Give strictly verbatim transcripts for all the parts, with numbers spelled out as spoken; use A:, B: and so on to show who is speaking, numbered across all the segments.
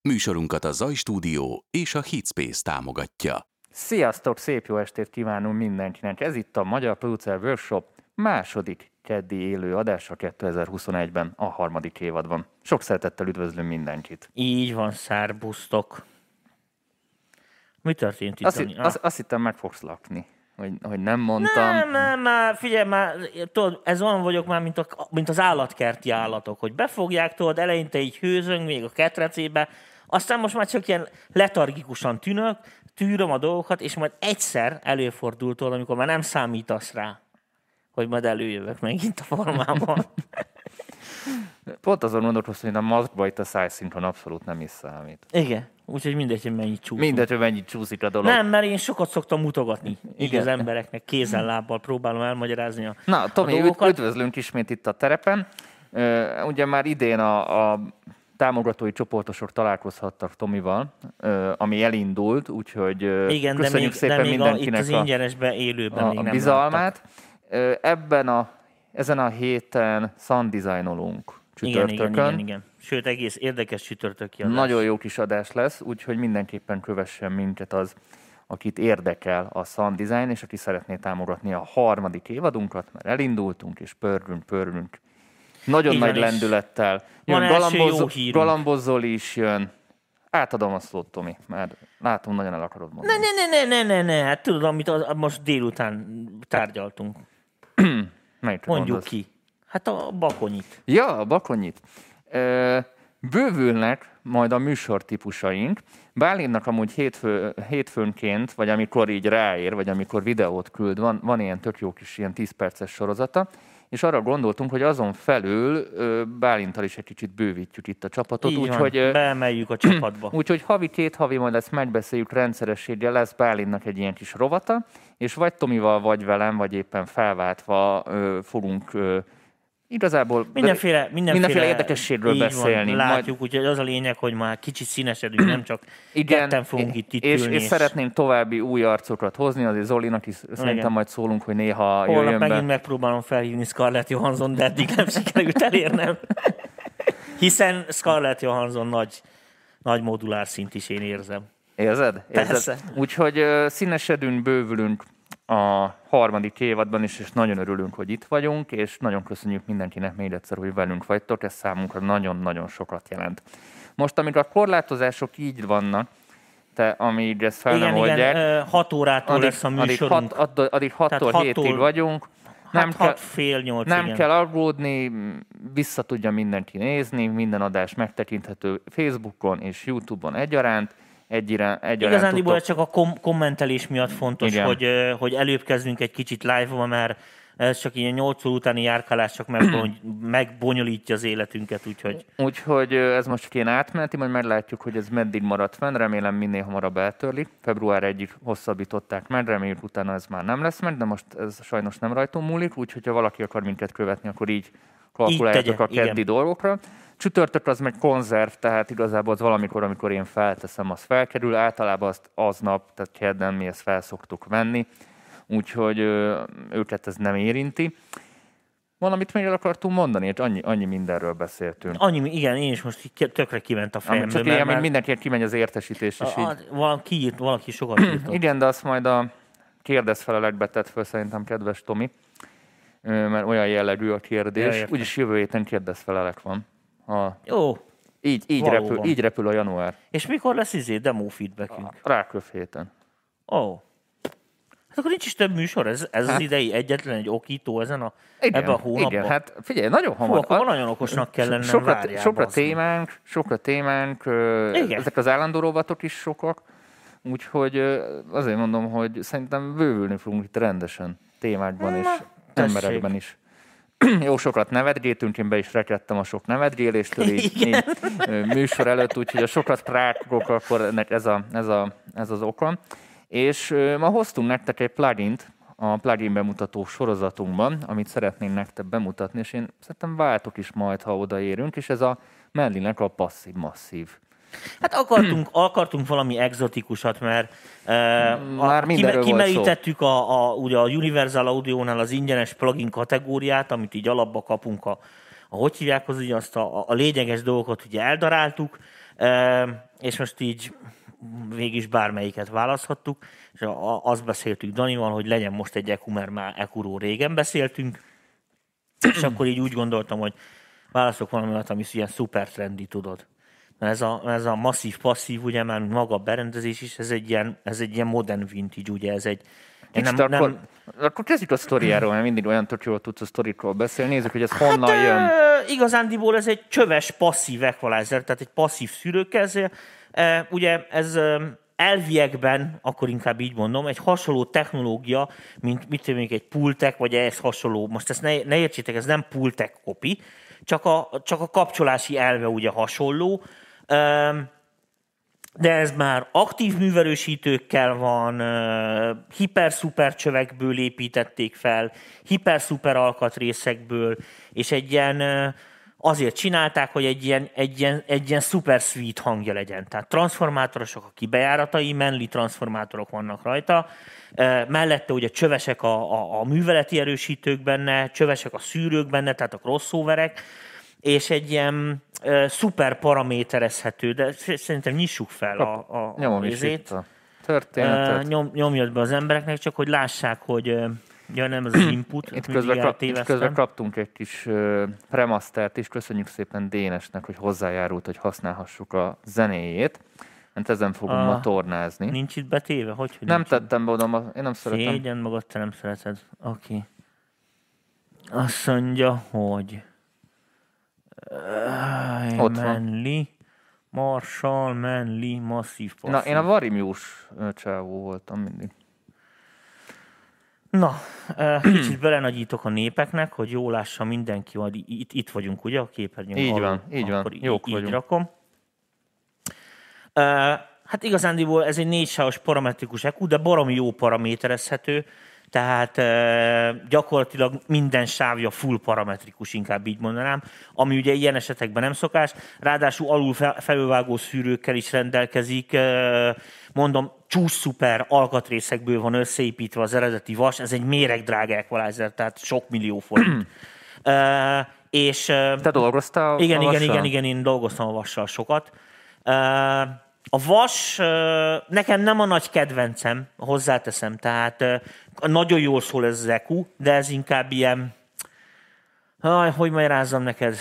A: Műsorunkat a Zaj Stúdió és a Hitspace támogatja.
B: Sziasztok, szép jó estét kívánunk mindenkinek! Ez itt a Magyar Producer Workshop második keddi élő adása kétezer-huszonegyben, a harmadik évadban. Sok szeretettel üdvözlünk mindenkit!
C: Így van, szárbusztok. Mi történt itt?
B: Azt, hitt,
C: ah.
B: azt, azt hittem, meg fogsz lakni, hogy, hogy nem mondtam.
C: Nem, nem, már figyelj már, tudod, ez olyan vagyok már, mint, a, mint az állatkerti állatok, hogy befogják, tudod, eleinte így hőzöng még a ketrecébe, aztán most már csak ilyen letargikusan tűnök, tűröm a dolgokat, és majd egyszer előfordul, tudod, amikor már nem számítasz rá, hogy majd előjövök megint a formában.
B: Pont azon gondolkoztam, hogy a maszkba itt a szájszinkron abszolút nem is számít.
C: Igen, úgyhogy mindegy, hogy mennyit csúszunk.
B: Mindegy, hogy mennyit csúszik a dolog.
C: Nem, mert én sokat szoktam mutogatni így
B: Igen.
C: az embereknek, kézzel-lábbal próbálom elmagyarázni a
B: Na, Tomi,
C: a dolgokat.
B: üdvözlünk ismét itt a terepen. Uh, ugye már idén a, a támogatói csoportosok találkozhattak Tomival, uh, ami elindult, úgyhogy uh,
C: Igen,
B: köszönjük
C: de még,
B: szépen
C: de még a,
B: mindenkinek
C: itt az ingyenesben élőben
B: a,
C: még
B: a
C: nem
B: bizalmát. Uh, ebben a, ezen a héten sounddesign-olunk
C: igen,
B: csütörtökön.
C: igen, igen, igen. Sőt, egész érdekes csütörtöki adás.
B: Nagyon jó kis adás lesz, úgyhogy mindenképpen kövessen minket az, akit érdekel a sound design, és aki szeretné támogatni a harmadik évadunkat, mert elindultunk, és pörgünk, pörgünk. Nagyon
C: Így
B: nagy
C: van, és
B: lendülettel.
C: van
B: Jön
C: első jó
B: Galambozzo-
C: hírünk.
B: Galambozol is jön. Átadom a szót, Tomi, mert látom, nagyon el akarod
C: Ne,
B: mondani.
C: ne, ne, ne, ne, ne, hát tudod, amit az, most délután tárgyaltunk.
B: Melyikre
C: Mondjuk
B: gondolsz?
C: ki. Hát a bakonyit.
B: Ja, a bakonyit. Ö, bővülnek majd a műsortípusaink. Bálinnak amúgy hétfő, hétfőnként, vagy amikor így ráér, vagy amikor videót küld, van, van ilyen tök jó kis ilyen tíz perces sorozata, és arra gondoltunk, hogy azon felül ö, Bálinttal is egy kicsit bővítjük itt a csapatot.
C: Így
B: Úgyhogy,
C: van,
B: ö,
C: beemeljük a csapatba.
B: Úgyhogy havi, két havi majd ezt megbeszéljük rendszerességgel, lesz Bálintnak egy ilyen kis rovata, és vagy Tomival, vagy velem, vagy éppen felváltva ö, fogunk ö, igazából
C: Mindenféle, mindenféle,
B: mindenféle érdekességről
C: így
B: beszélni.
C: Van, látjuk, majd... úgyhogy az a lényeg, hogy már kicsit színesedünk, nem csak
B: igen,
C: ketten fogunk itt, itt
B: és,
C: ülni.
B: és szeretnénk további új arcokat hozni, azért Zolinak is szerintem majd szólunk, hogy néha
C: Holnap
B: jöjjön be.
C: megint megpróbálom felhívni Scarlett Johansson, de eddig nem sikerült elérnem. Hiszen Scarlett Johansson nagy, nagy modulár szint is, én érzem.
B: Érzed? Érzed?
C: Persze.
B: Úgyhogy uh, színesedünk, bővülünk a harmadik évadban is, és nagyon örülünk, hogy itt vagyunk, és nagyon köszönjük mindenkinek még egyszer, hogy velünk vagytok, ez számunkra nagyon-nagyon sokat jelent. Most, amikor a korlátozások így vannak, te, amíg ezt fel
C: Igen,
B: nem oldják,
C: igen, hat órától
B: addig,
C: lesz a
B: addig,
C: műsorunk.
B: hat, addig, addig hattól
C: Tehát
B: hétig
C: hattól-
B: vagyunk, nem
C: Hát
B: kell,
C: hat, fél nyolc,
B: nem
C: igen.
B: kell aggódni, vissza tudja mindenki nézni, minden adás megtekinthető Facebookon és YouTube-on egyaránt, egyire, egyaránt
C: Igazándiból
B: tudtok-
C: ez csak a kom- kommentelés miatt fontos,
B: Igen.
C: hogy, ö, hogy előbb kezdünk egy kicsit live-ba, mert ez csak ilyen nyolc óra utáni járkálás csak megbony- megbonyolítja az életünket, úgyhogy
B: Úgyhogy ö, ez most csak ilyen átmeneti, majd meglátjuk, hogy ez meddig maradt fenn, remélem minél hamarabb eltörli. február elsejéig hosszabbították meg, reméljük utána ez már nem lesz meg, de most ez sajnos nem rajtunk múlik, úgyhogy ha valaki akar minket követni, akkor így kalkuláljátok
C: tegye,
B: a keddi
C: igen.
B: dolgokra. Csütörtök az meg konzerv, tehát igazából az valamikor, amikor én felteszem, az felkerül. Általában azt aznap, tehát kedden mi ezt felszoktuk venni, úgyhogy ö, őket ez nem érinti. Valamit még el akartunk mondani, hogy annyi, annyi mindenről beszéltünk.
C: annyi, igen, én is most így tökre kiment a
B: Ami
C: fejemből.
B: csak ilyen, mint mindenkinek kimegy az értesítés, és
C: a,
B: így...
C: a, valaki, írt, valaki sokat írt.
B: Igen, de azt majd a kérdezfelelekbe tett föl szerintem, kedves Tomi, ö, mert olyan jellegű a
C: Ja,
B: kérdés.
C: értem.
B: Úgyis jövő héten kérdezfelelek van. Ha
C: Jó,
B: így, így,
C: Valóban.
B: repül, így repül a január.
C: és mikor lesz izé demo feedbackünk?
B: Ráköv héten.
C: Ó. Oh. Hát akkor nincs is több műsor, ez, ez
B: Hát-
C: az idei egyetlen egy okító ezen a,
B: Igen,
C: ebben a hónapban.
B: igen, hát figyelj, nagyon
C: Fú,
B: hamar.
C: akkor nagyon okosnak kell lennem,
B: Sok a,
C: várjál,
B: sok a
C: basszus.
B: témánk, sok a témánk, ö,
C: Igen.
B: ezek az állandó rovatok is sokak, úgyhogy ö, azért mondom, hogy szerintem bővülni fogunk itt rendesen témákban és
C: tessék.
B: emberekben is. Jó sokat nevetgéltünk, én be is rekedtem a sok nevetgéléstől így, így ö, műsor előtt, úgyhogy a sokat prákok, akkor ennek ez, a, ez, a, ez az oka. És ö, ma hoztunk nektek egy plugint a plugin bemutató sorozatunkban, amit szeretnénk nektek bemutatni, és én szerintem váltok is majd, ha odaérünk, és ez a Mellinek a passzív-masszív.
C: Hát akartunk, akartunk valami egzotikusat, mert uh,
B: Már
C: a,
B: mindenről
C: kime,
B: volt
C: kimerítettük a, a, ugye a Universal Audio-nál az ingyenes plugin kategóriát, amit így alapba kapunk a, a hogy hívják, az ugye azt a, a lényeges dolgokat ugye eldaráltuk, és most így végig is bármelyiket választhattuk, és azt beszéltük Danival, hogy legyen most egy EQ, mert már E Q ról régen beszéltünk, és akkor így úgy gondoltam, hogy válaszok valami, ami ilyen szuper trendi, tudod. Mert ez a, ez a masszív-passzív, ugye már maga a berendezés is, ez egy ilyen, ez egy ilyen modern vintage, ugye, ez egy...
B: Nem, nem... Akkor, akkor kezdjük a sztoriáról, mert mindig olyan tök jól tudsz a sztorikról beszélni. Nézzük, hogy ez honnan hát, jön.
C: E, igazándiból ez egy csöves passzív equalizer, tehát egy passzív szűrőkező. E, ugye ez elviekben, akkor inkább így mondom, egy hasonló technológia, mint mit mondjuk egy Pultec, vagy ehhez hasonló. Most ezt ne, ne értsétek, ez nem Pultec copy, csak a, csak a kapcsolási elve ugye hasonló. E, de ez már aktív művelősítőkkel van, hiper-szuper csövekből építették fel, hiper-szuper alkatrészekből, és egy ilyen, azért csinálták, hogy egy ilyen, egy ilyen, egy ilyen szuper sweet hangja legyen. Tehát transformátorosok a kibejáratai, Manley transformátorok vannak rajta, mellette ugye csövesek a, a, a műveleti erősítők benne, csövesek a szűrők benne, tehát a crossoverek, és egy ilyen uh, szuper paraméterezhető, de szerintem nyissuk fel a, a,
B: Nyomom
C: a
B: is itt a történetet.
C: Uh, nyom, nyomjad be az embereknek, csak hogy lássák, hogy uh, ja, nem az input.
B: Itt közben, kap, itt közben kaptunk egy kis uh, remastert is, köszönjük szépen Dénesnek, hogy hozzájárult, hogy használhassuk a zenéjét. Hát ezen fogunk uh, ma tornázni.
C: Nincs itt betéve? Hogy, hogy
B: nem tettem be oda, én nem szeretem.
C: Szégyen magad, te nem szereted. Oké. Okay. Azt mondja, hogy Uh, Manley, Marshall, Manley, masszív passzív.
B: Na, én a Varimius csávó voltam mindig.
C: Na, uh, kicsit belenagyítok a népeknek, hogy jól lássa mindenki, hogy itt, itt vagyunk, ugye, a képernyőn.
B: Így van, így van, jók
C: így
B: vagyunk.
C: Rakom. Uh, hát igazándiból ez egy négysávos parametrikus E Q, de baromi jó paraméterezhető, tehát e, gyakorlatilag minden sávja full parametrikus, inkább így mondanám, ami ugye ilyen esetekben nem szokás. Ráadásul alul felülvágó szűrőkkel is rendelkezik. E, mondom, csúcs szuper alkatrészekből van összeépítve az eredeti vas, ez egy méregdrága equalizer, tehát sok millió forint. e, és,
B: Te dolgoztál
C: igen,
B: a
C: igen,
B: vassal?
C: igen, igen, én dolgoztam a vassal sokat. E, A vas nekem nem a nagy kedvencem, hozzáteszem, tehát nagyon jól szól ez az E Q, de ez inkább ilyen, aj, hogy magyarázzam neked?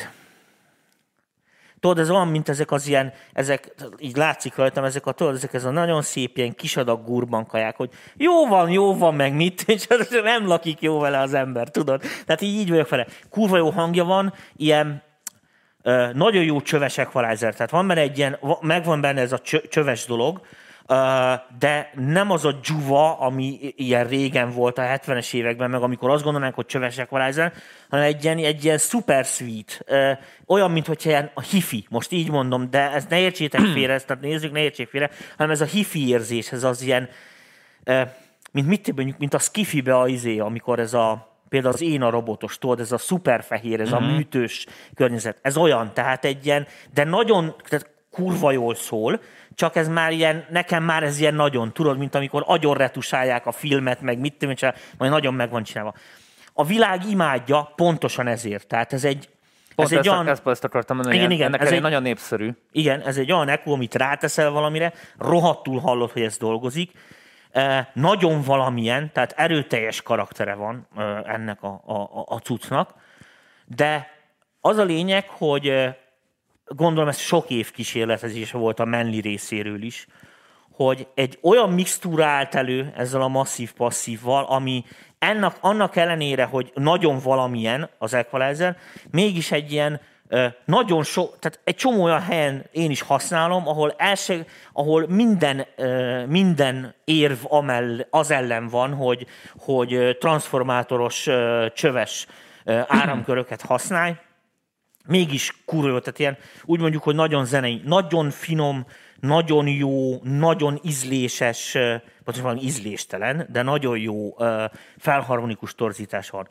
C: Tudod, ez olyan, mint ezek az ilyen, ezek, így látszik rajtam, ezek a, tudod, ezek ez a nagyon szép ilyen kisadag gurbankaják, hogy jó van, jó van, meg mit, és nem lakik jó vele az ember, tudod? Tehát így, így vagyok vele. Kurva jó hangja van, ilyen, Uh, nagyon jó csöves equalizer, tehát van benne egy ilyen, megvan benne ez a csöves dolog, uh, de nem az a dzsuva, ami ilyen régen volt a hetvenes években, meg amikor azt gondolnánk, hogy csöves equalizer, hanem egy ilyen, egy ilyen super sweet, uh, olyan, mintha ilyen a hifi, most így mondom, de ezt ne értsétek félre, ezt, tehát nézzük, ne értsék félre, hanem ez a hifi érzés, ez az ilyen, uh, mint mit mondjuk, mint a skifibe a izé, amikor ez a például az Én a robotos, tudod, ez a szuperfehér, ez mm-hmm. a műtős környezet. Ez olyan, tehát egy ilyen, de nagyon, tehát kurva jól szól, csak ez már ilyen, nekem már ez ilyen nagyon, tudod, mint amikor agyonretusálják a filmet, meg mit tudom, majd nagyon meg van csinálva. A világ imádja pontosan ezért, tehát ez egy,
B: Pont
C: ez egy
B: ezt,
C: olyan...
B: ezt, ezt akartam mondani,
C: igen, igen,
B: ennek
C: ez
B: egy
C: egy
B: nagyon népszerű.
C: Igen, ez egy olyan E Q, amit ráteszel valamire, rohadtul hallod, hogy ez dolgozik, Eh, nagyon valamilyen, tehát erőteljes karaktere van eh, ennek a, a, a cuccnak, de az a lényeg, hogy eh, gondolom ez sok év kísérletezése volt a Manley részéről is, hogy egy olyan mixtúra állt elő ezzel a masszív-passzívval, ami ennek, annak ellenére, hogy nagyon valamilyen az equalizer, mégis egy ilyen nagyon sok, tehát egy csomó olyan helyen én is használom, ahol, elseg, ahol minden, minden érv amell, az ellen van, hogy, hogy transformátoros csöves áramköröket használj. Mégis kurva jó, tehát ilyen, úgy mondjuk, hogy nagyon zenei, nagyon finom, nagyon jó, nagyon ízléses, pontosan ízléstelen, de nagyon jó felharmonikus torzítás van.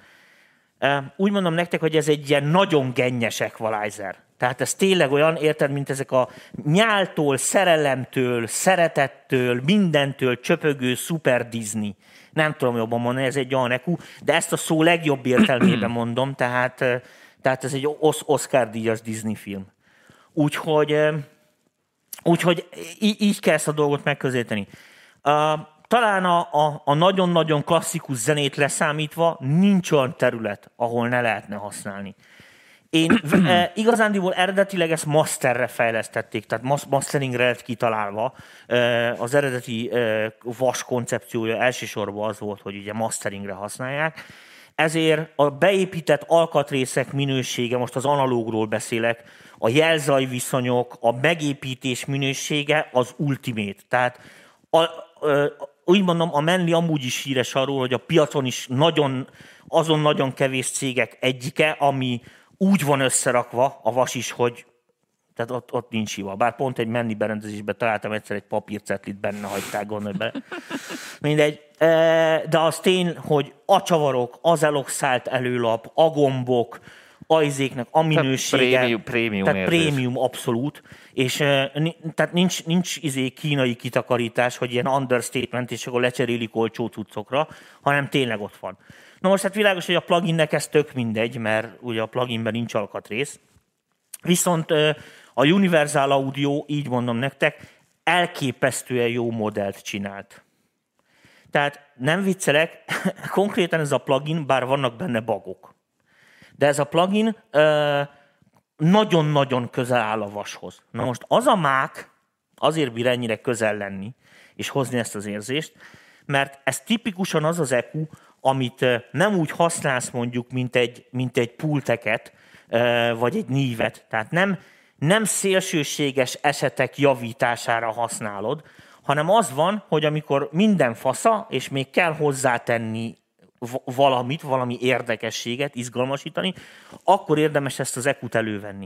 C: Úgy mondom nektek, hogy ez egy ilyen nagyon gennyes equalizer. Tehát ez tényleg olyan, érted, mint ezek a nyáltól, szerelemtől, szeretettől, mindentől csöpögő Super Disney. Nem tudom jobban mondani, ez egy olyan E Q, de ezt a szó legjobb értelmében mondom, tehát, tehát ez egy Oscar-díjas Disney film. Úgyhogy Úgyhogy í- így kell ezt a dolgot megközelíteni. Uh, talán a, a, a nagyon-nagyon klasszikus zenét leszámítva nincs olyan terület, ahol ne lehetne használni. Én e, igazándiból eredetileg ezt masterre fejlesztették, tehát masteringre lett kitalálva. E, az eredeti e, vas koncepciója elsősorban az volt, hogy ugye masteringre használják. Ezért a beépített alkatrészek minősége, most az analógról beszélek, a jelzajviszonyok, a megépítés minősége az ultimate. Tehát a, ö, úgy mondom, a Manly amúgy is híres arról, hogy a piacon is nagyon, azon nagyon kevés cégek egyike, ami úgy van összerakva, a vas is, hogy tehát ott, ott nincs hiba. Bár pont egy Manly berendezésben találtam egyszer egy papírcetlit, benne hagyták, gondolj bele. Mindegy. De az tény, hogy a csavarok, az eloxált előlap, a gombok, a izéknek a minősége.
B: Prémium, prémium
C: tehát
B: érzés.
C: prémium abszolút. És tehát nincs, nincs izé kínai kitakarítás, hogy ilyen understatement, és akkor lecserélik olcsó cuccokra, hanem tényleg ott van. Na most hát világos, hogy a pluginnek ez tök mindegy, mert ugye a pluginben nincs alkatrész. Viszont a Universal Audio, így mondom nektek, elképesztően jó modellt csinált. Tehát nem viccelek, konkrétan ez a plugin, bár vannak benne bugok, de ez a plugin nagyon-nagyon közel áll a vashoz. Na most az a mák azért bír ennyire közel lenni, és hozni ezt az érzést, mert ez tipikusan az az é kú, amit nem úgy használsz mondjuk, mint egy, mint egy pulteket, vagy egy nívet. Tehát nem, nem szélsőséges esetek javítására használod, hanem az van, hogy amikor minden fasza, és még kell hozzátenni valamit, valami érdekességet, izgalmasítani, akkor érdemes ezt az é kút elővenni.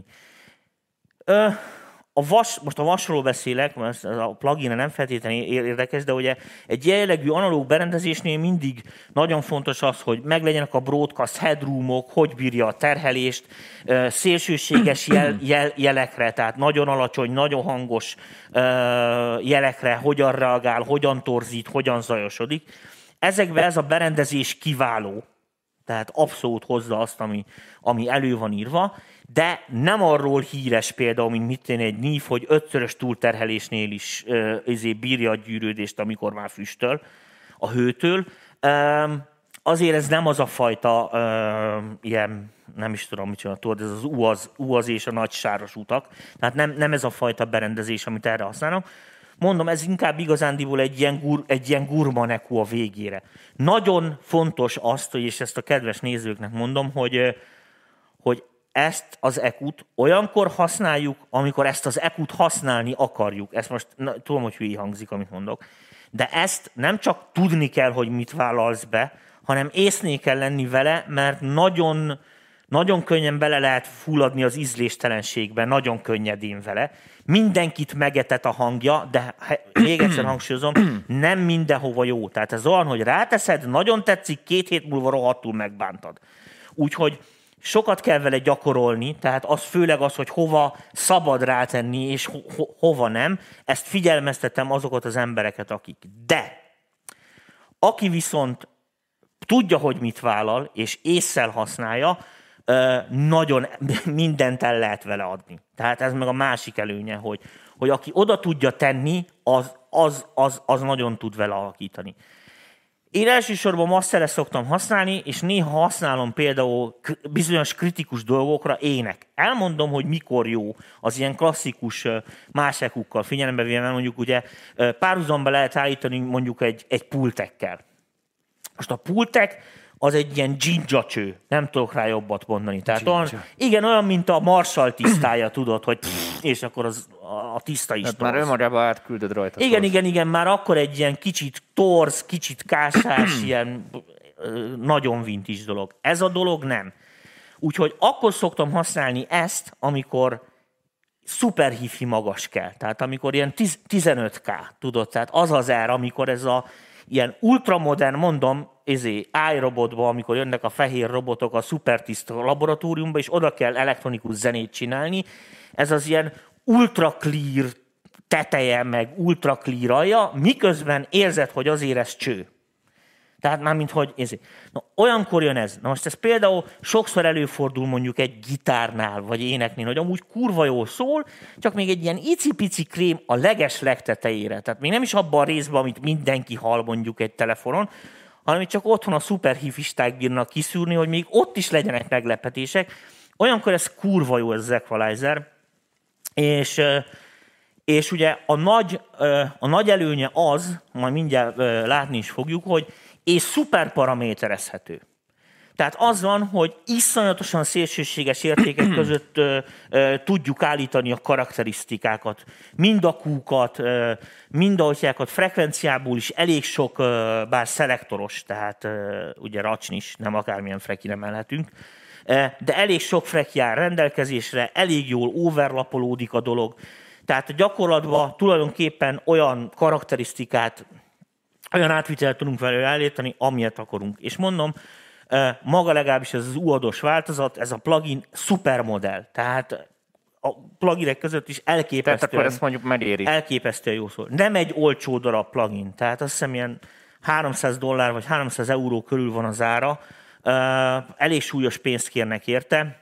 C: A vas, most a vasról beszélek, mert a plugin nem feltétlenül érdekes, de ugye egy jellegű analóg berendezésnél mindig nagyon fontos az, hogy meglegyenek a broadcast headroomok, hogy bírja a terhelést, szélsőséges jel, jel, jelekre, tehát nagyon alacsony, nagyon hangos jelekre, hogyan reagál, hogyan torzít, hogyan zajosodik. Ezekben ez a berendezés kiváló, tehát abszolút hozza azt, ami, ami elő van írva, de nem arról híres például, mint mit tenni egy nív, hogy ötszörös túlterhelésnél is uh, ezért bírja a gyűrődést, amikor már füstöl a hőtől. Um, azért ez nem az a fajta uh, ilyen, nem is tudom, mit csinál, tudod, ez az UAZ, UAZ és a nagy sáros utak. Tehát nem, nem ez a fajta berendezés, amit erre használnak. Mondom, ez inkább igazándiból egy ilyen, gur, egy ilyen gurmanekú a végére. Nagyon fontos azt, és ezt a kedves nézőknek mondom, hogy, hogy ezt az é kút olyankor használjuk, amikor ezt az é kút használni akarjuk. Ezt most na, tudom, hogy hülye hangzik, amit mondok. De ezt nem csak tudni kell, hogy mit vállalsz be, hanem észnél kell lenni vele, mert nagyon, nagyon könnyen bele lehet fulladni az ízléstelenségbe, nagyon könnyedén vele. Mindenkit megetett a hangja, de még egyszer hangsúlyozom, nem mindenhova jó. Tehát ez olyan, hogy ráteszed, nagyon tetszik, két hét múlva rohadtul megbántad. Úgyhogy sokat kell vele gyakorolni, tehát az főleg az, hogy hova szabad rátenni, és ho- ho- hova nem. Ezt figyelmeztetem azokat az embereket, akik. De aki viszont tudja, hogy mit vállal, és ésszel használja, nagyon mindent el lehet vele adni. Tehát ez meg a másik előnye, hogy, hogy aki oda tudja tenni, az, az, az, az nagyon tud vele alakítani. Én elsősorban masterre szoktam használni, és néha használom például bizonyos kritikus dolgokra ének. Elmondom, hogy mikor jó az ilyen klasszikus más é kúkkal figyelembe véve, mert mondjuk ugye párhuzamba lehet állítani mondjuk egy, egy pultekkel. Most a pultek az egy ilyen dzsindzsacső, nem tudok rá jobbat mondani. Tehát olyan, igen, olyan, mint a Marshall tisztája, tudod, hogy és akkor az, a tiszta is
B: hát
C: torz.
B: már önmagában átküldöd rajta.
C: Igen, torz. igen, igen, már akkor egy ilyen kicsit torz, kicsit kásás, ilyen nagyon vintage dolog. Ez a dolog nem. Úgyhogy akkor szoktam használni ezt, amikor szuper hifi magas kell. Tehát amikor ilyen tizenöt ká, tudod, tehát az az ár, amikor ez a ilyen ultramodern, mondom, ezé iRobotba, amikor jönnek a fehér robotok a szupertiszta laboratóriumba, és oda kell elektronikus zenét csinálni, ez az ilyen ultra clear teteje, meg ultra clear alja, miközben érzed, hogy azért ez cső. Tehát már mint hogy ez. Na, olyankor jön ez. Na most ez például sokszor előfordul mondjuk egy gitárnál, vagy éneknél, hogy amúgy kurva jól szól, csak még egy ilyen icipici krém a leges legtetejére. Tehát még nem is abban a részben, amit mindenki hall mondjuk egy telefonon, hanem itt csak otthon a szuperhifisták bírnak kiszűrni, hogy még ott is legyenek meglepetések. Olyankor ez kurva jó, ez az equalizer. És, és ugye a nagy, a nagy előnye az, majd mindjárt látni is fogjuk, hogy és szuper paraméterezhető. Tehát az van, hogy iszonyatosan szélsőséges értékek között ö, ö, tudjuk állítani a karakterisztikákat. Mind a kúkat, ö, mind ahogyjákat, frekvenciából is elég sok, ö, bár szelektoros, tehát ö, ugye racsnis, nem akármilyen freki nem emelhetünk, de elég sok freki áll rendelkezésre, elég jól overlapolódik a dolog. Tehát gyakorlatban tulajdonképpen olyan karakterisztikát, olyan átvitelt tudunk vele állítani, amilyet akarunk. És mondom, maga legalábbis ez az u á-os változat, ez a plugin szupermodell. Tehát a pluginek között is elképesztően,
B: Tehát akkor ezt mondjuk megéri.
C: elképesztően jó szól. Nem egy olcsó darab plugin, tehát azt hiszem ilyen háromszáz dollár vagy háromszáz euró körül van az ára. Elég súlyos pénzt kérnek érte.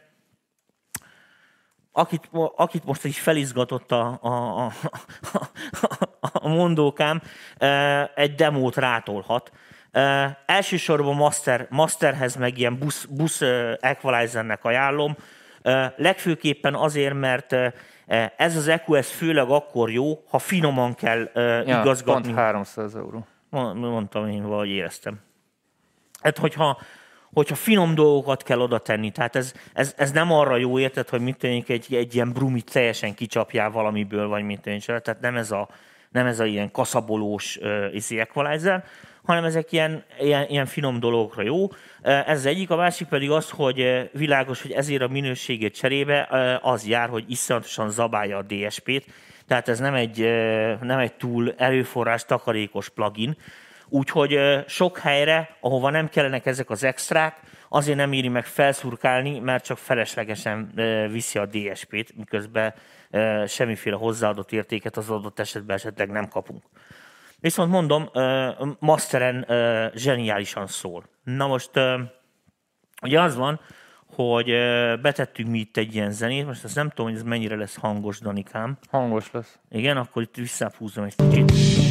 C: Akit, akit most is felizgatott a, a, a, a mondókám, egy demót rátolhat. Elsősorban master, masterhez meg ilyen busz, busz equalizernek ajánlom. Legfőképpen azért, mert ez az é kú ez főleg akkor jó, ha finoman kell ja, igazgatni.
B: Pont háromszáz euró.
C: Mondtam én, vagy éreztem. Hát, hogyha hogyha finom dolgokat kell oda tenni. Tehát ez, ez, ez nem arra jó, érted, hogy mit tűnik, egy, egy ilyen brumit teljesen kicsapjál valamiből, vagy mit tűnik. Tehát nem ez a, nem ez a ilyen kaszabolós uh, equalizer, hanem ezek ilyen, ilyen, ilyen finom dolgokra jó. Ez az egyik, a másik pedig az, hogy világos, hogy ezért a minőségét cserébe az jár, hogy iszonyatosan zabálja a dé es pét. Tehát ez nem egy, nem egy túl erőforrás takarékos plugin. Úgyhogy sok helyre, ahova nem kellenek ezek az extrák, azért nem éri meg felszurkálni, mert csak feleslegesen viszi a dé es pét, miközben semmiféle hozzáadott értéket az adott esetben esetleg nem kapunk. Viszont mondom, masteren zseniálisan szól. Na most ugye az van, hogy betettünk mi itt egy ilyen zenét, most azt nem tudom, hogy ez mennyire lesz hangos, Danikám.
B: Hangos lesz.
C: Igen, akkor itt visszahúzom egy kicsit.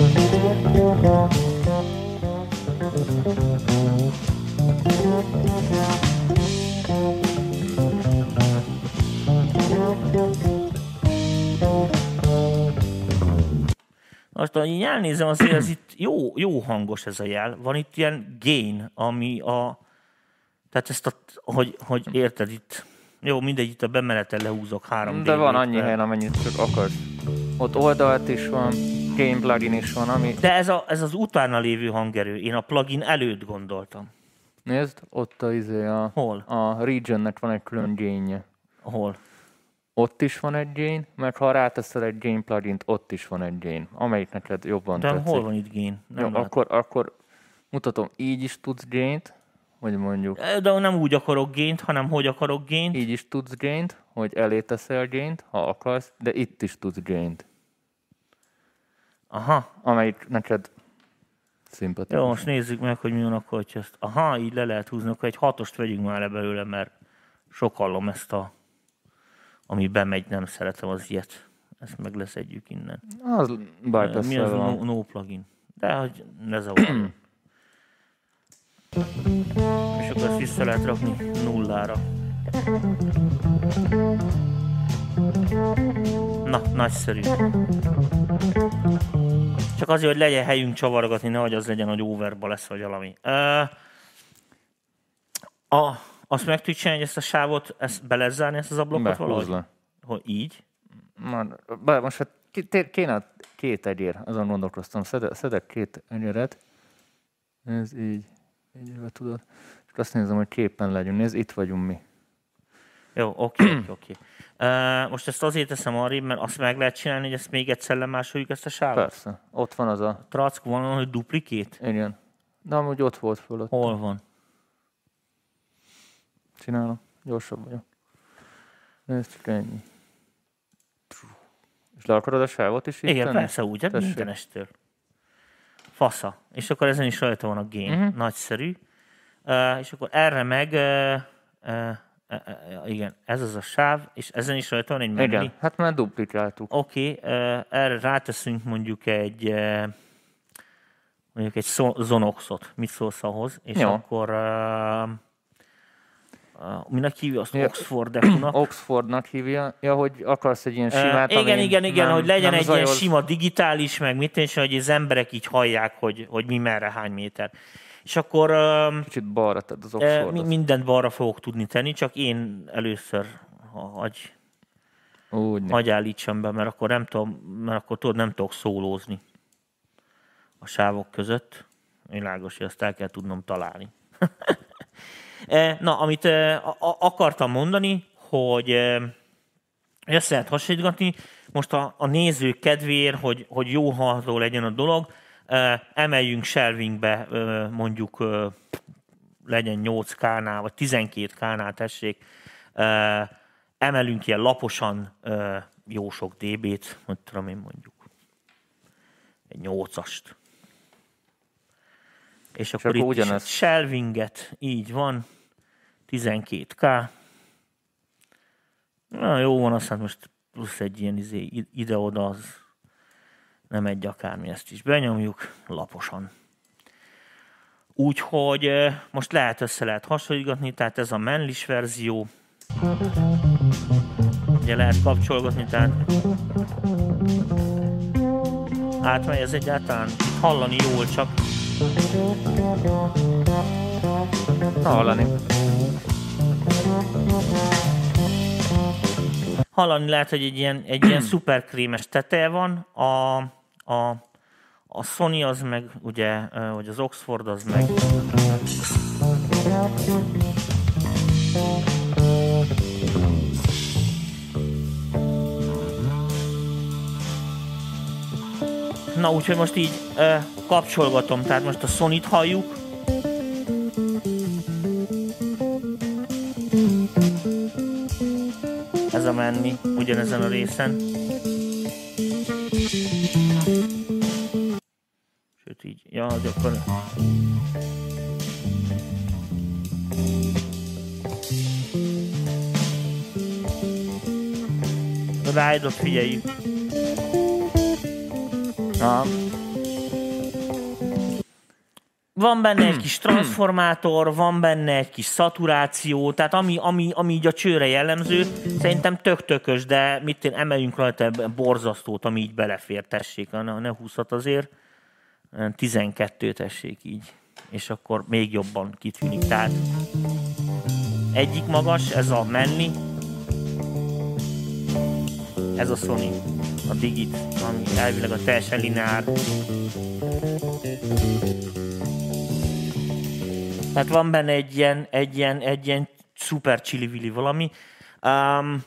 C: Most, ahogy így elnézem, azért ez itt jó, jó hangos ez a jel. Van itt ilyen gain, ami a... Tehát ezt a... Hogy, hogy érted itt... Jó, mindegy, itt a bemeneten lehúzok három
B: De van annyi helyen, amennyit csak akarsz. Ott oldalt is van, gain plugin is van, ami...
C: De ez, a, ez az utána lévő hangerő. Én a plugin előtt gondoltam.
B: Nézd, ott a, izé a,
C: Hol?
B: a regionnek van egy külön gainje.
C: Hol?
B: Ott is van egy gain, mert ha ráteszel egy gain plugint, ott is van egy gain, amelyik neked jobban
C: De
B: tetszik.
C: hol van itt gain?
B: Jó, akkor, akkor mutatom, így is tudsz gaint, hogy mondjuk...
C: De nem úgy akarok gaint, hanem hogy akarok gaint.
B: Így is tudsz gaint, hogy elé teszel gaint, ha akarsz, de itt is tudsz gaint.
C: Aha.
B: Amelyik neked szimpatikus.
C: Jó, most nézzük meg, hogy mi van akkor, hogy ezt... Aha, így le lehet húzni, akkor egy hatost vegyünk már le belőle, mert sok hallom ezt a... Ami bemegy, nem szeretem az ilyet. Ezt meg leszedjük innen.
B: Az bypass.
C: Mi az no, no plugin? De hogy ne zavarjon. És akkor ezt vissza lehet rakni nullára. Na, nagyszerű. Csak azért, hogy legyen helyünk csavargatni, nehogy az legyen, hogy overba lesz, vagy valami. Uh, a, azt meg tudjuk csinálni, hogy ezt a sávot, ezt be lehet zárni, ezt az ablakot valahogy?
B: Le.
C: Hogy így?
B: Már, be, most hát kéne két egyér, azon gondolkoztam. Szedek, szedek két egyéret. Ez így. Így tudod. És azt nézem, hogy képen legyünk. Nézd, itt vagyunk mi.
C: Jó, oké, oké, oké. Most ezt azért teszem arrébb, mert azt meg lehet csinálni, hogy ezt még egyszer lemásoljuk ezt a sávot?
B: Persze. Ott van az a...
C: Track van, hogy duplikét?
B: Igen. De amúgy ott volt fölött.
C: Hol van?
B: Csinálom. Gyorsabb vagyok. Nézd, csak ennyi. És le akarod a sávot is itt
C: igen,
B: tenni?
C: persze úgy, hát mindenestől. Fasza. És akkor ezen is rajta van a gain.
B: Uh-huh.
C: Nagyszerű. Uh, és akkor erre meg, uh, uh, uh, uh, igen, ez az a sáv, és ezen is rajta van egy menü.
B: Igen, hát már duplikáltuk.
C: Oké, okay, uh, erre ráteszünk mondjuk egy uh, mondjuk egy Zonoxot. Mit szólsz ahhoz? És
B: Jó.
C: akkor uh, uh, minek hívja azt? Oxford Echo-nak?
B: Oxfordnak hívja, ja, hogy akarsz egy ilyen simát,
C: uh, Igen, igen, igen,
B: nem,
C: hogy legyen egy
B: zajoz.
C: ilyen sima digitális, meg mit és hogy az emberek így hallják, hogy, hogy mi merre, hány méter. És akkor uh,
B: kicsit balra tedd az
C: uh,
B: Oxfordot.
C: mindent balra fogok tudni tenni, csak én először hagy,
B: Úgy
C: hagy állítsam be, mert akkor nem tudom, mert akkor tudod, nem tudok szólózni a sávok között. Világos, hogy azt el kell tudnom találni. Na, amit akartam mondani, hogy ezt lehet hasonlítgatni, most a, a nézők kedvéért, hogy, hogy jó hallható legyen a dolog, emeljünk shelvingbe mondjuk legyen nyolc ká-nál, vagy tizenkét ká-nál tessék, emelünk ilyen laposan jó sok dé bé-t, hogy tudom én mondjuk egy nyolcast. És akkor, akkor itt ugyanaz. Shelvinget, így van, tizenkét ká. Na jó van, aztán most plusz egy ilyen izé, ide-oda, az nem egy akármi, ezt is benyomjuk laposan. Úgyhogy most lehet össze lehet hasonlítgatni, tehát ez a menlis verzió. Ugye lehet kapcsolgatni, tehát átmegy ez egyáltalán hallani jól, csak
B: hallani.
C: Hallani lehet, hogy egy ilyen, egy ilyen szuperkrémes teteje van, a, a, a Sony az meg, ugye, vagy az Oxford az meg. Na, úgyhogy most így ö, kapcsolgatom, tehát most a Sony-t halljuk. Ez a menni, ugyanezen a részen. Sőt így, ja, de akkor... Ride-ot figyeljük.
B: Aha.
C: Van benne egy kis transformátor, van benne egy kis szaturáció, tehát ami, ami, ami így a csőre jellemző, szerintem tök-tökös, de mit én emeljünk rajta borzasztót, ami így belefér, tessék, ne, ne húszat azért, tizenkettő tessék így, és akkor még jobban kitűnik. Tehát egyik magas, ez a Manly, ez a Sony, a Digit, ami elvileg a teljesen lineár. Tehát van benne egy ilyen, egy ilyen, egy ilyen szuper csili-vili valami. Um,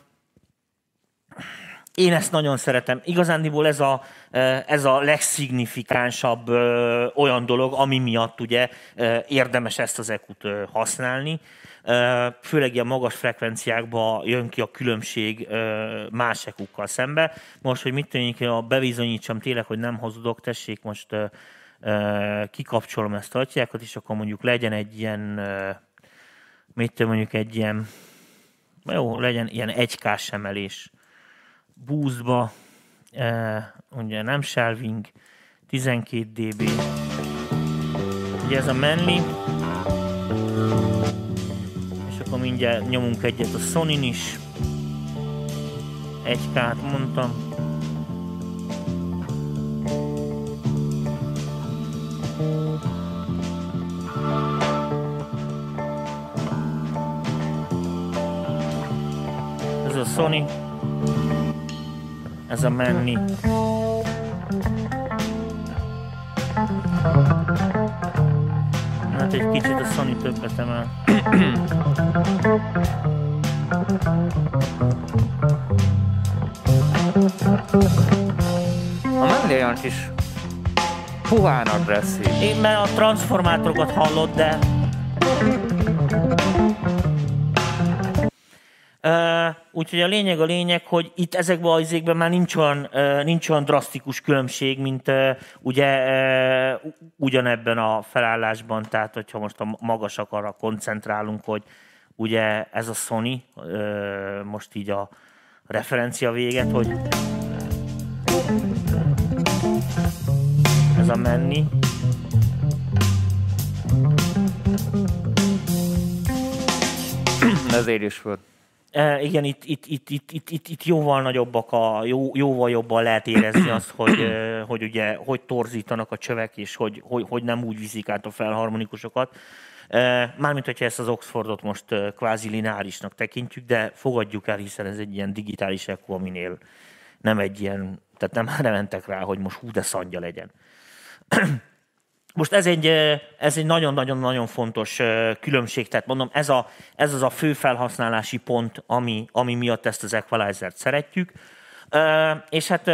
C: én ezt nagyon szeretem. Igazándiból ez a, ez a legszignifikánsabb ö, olyan dolog, ami miatt ugye ö, érdemes ezt az é kút ö, használni. Ö, főleg ilyen magas frekvenciákban jön ki a különbség ö, más é kúkkal szembe. Most, hogy mit tűnik, bebizonyítsam tényleg, hogy nem hazudok, tessék most... Ö, kikapcsolom ezt a atyákat, és akkor mondjuk legyen egy ilyen, mit mondjuk egy ilyen, jó, legyen ilyen egy ká-s emelés boostba, ugye nem shelving, tizenkét dé bé. Ugye ez a Manly, és akkor mindjárt nyomunk egyet a Sony-n is, egy ká-t mondtam. Ez a Sony, ez a Manly. Hát egy kicsit a Sony többet emel.
B: A Manly olyan kis puhán agresszív.
C: Én mert a transformátorokat hallod, de... Uh, úgyhogy a lényeg a lényeg, hogy itt ezekben az izékben már nincs olyan, nincs olyan drasztikus különbség, mint ugye ugyanebben a felállásban, tehát hogyha most a magasakra koncentrálunk, hogy ugye ez a Sony, most így a referencia véget, hogy ez a menni.
B: Ezért is volt.
C: E, igen, itt, itt, itt, itt, itt, itt, itt jóval nagyobbak a, jó, jóval jobban lehet érezni azt, hogy, hogy ugye, hogy torzítanak a csövek, és hogy, hogy, hogy nem úgy viszik át a felharmonikusokat. Mármint, hogyha ezt az Oxfordot most kvázi lineárisnak tekintjük, de fogadjuk el, hiszen ez egy ilyen digitális echo, aminél nem egy ilyen, tehát nem, nem mentek rá, hogy most hú, de szandja legyen. Most ez egy, ez egy nagyon-nagyon-nagyon fontos különbség, tehát mondom, ez, a, ez az a fő felhasználási pont, ami, ami miatt ezt az equalizert szeretjük. És hát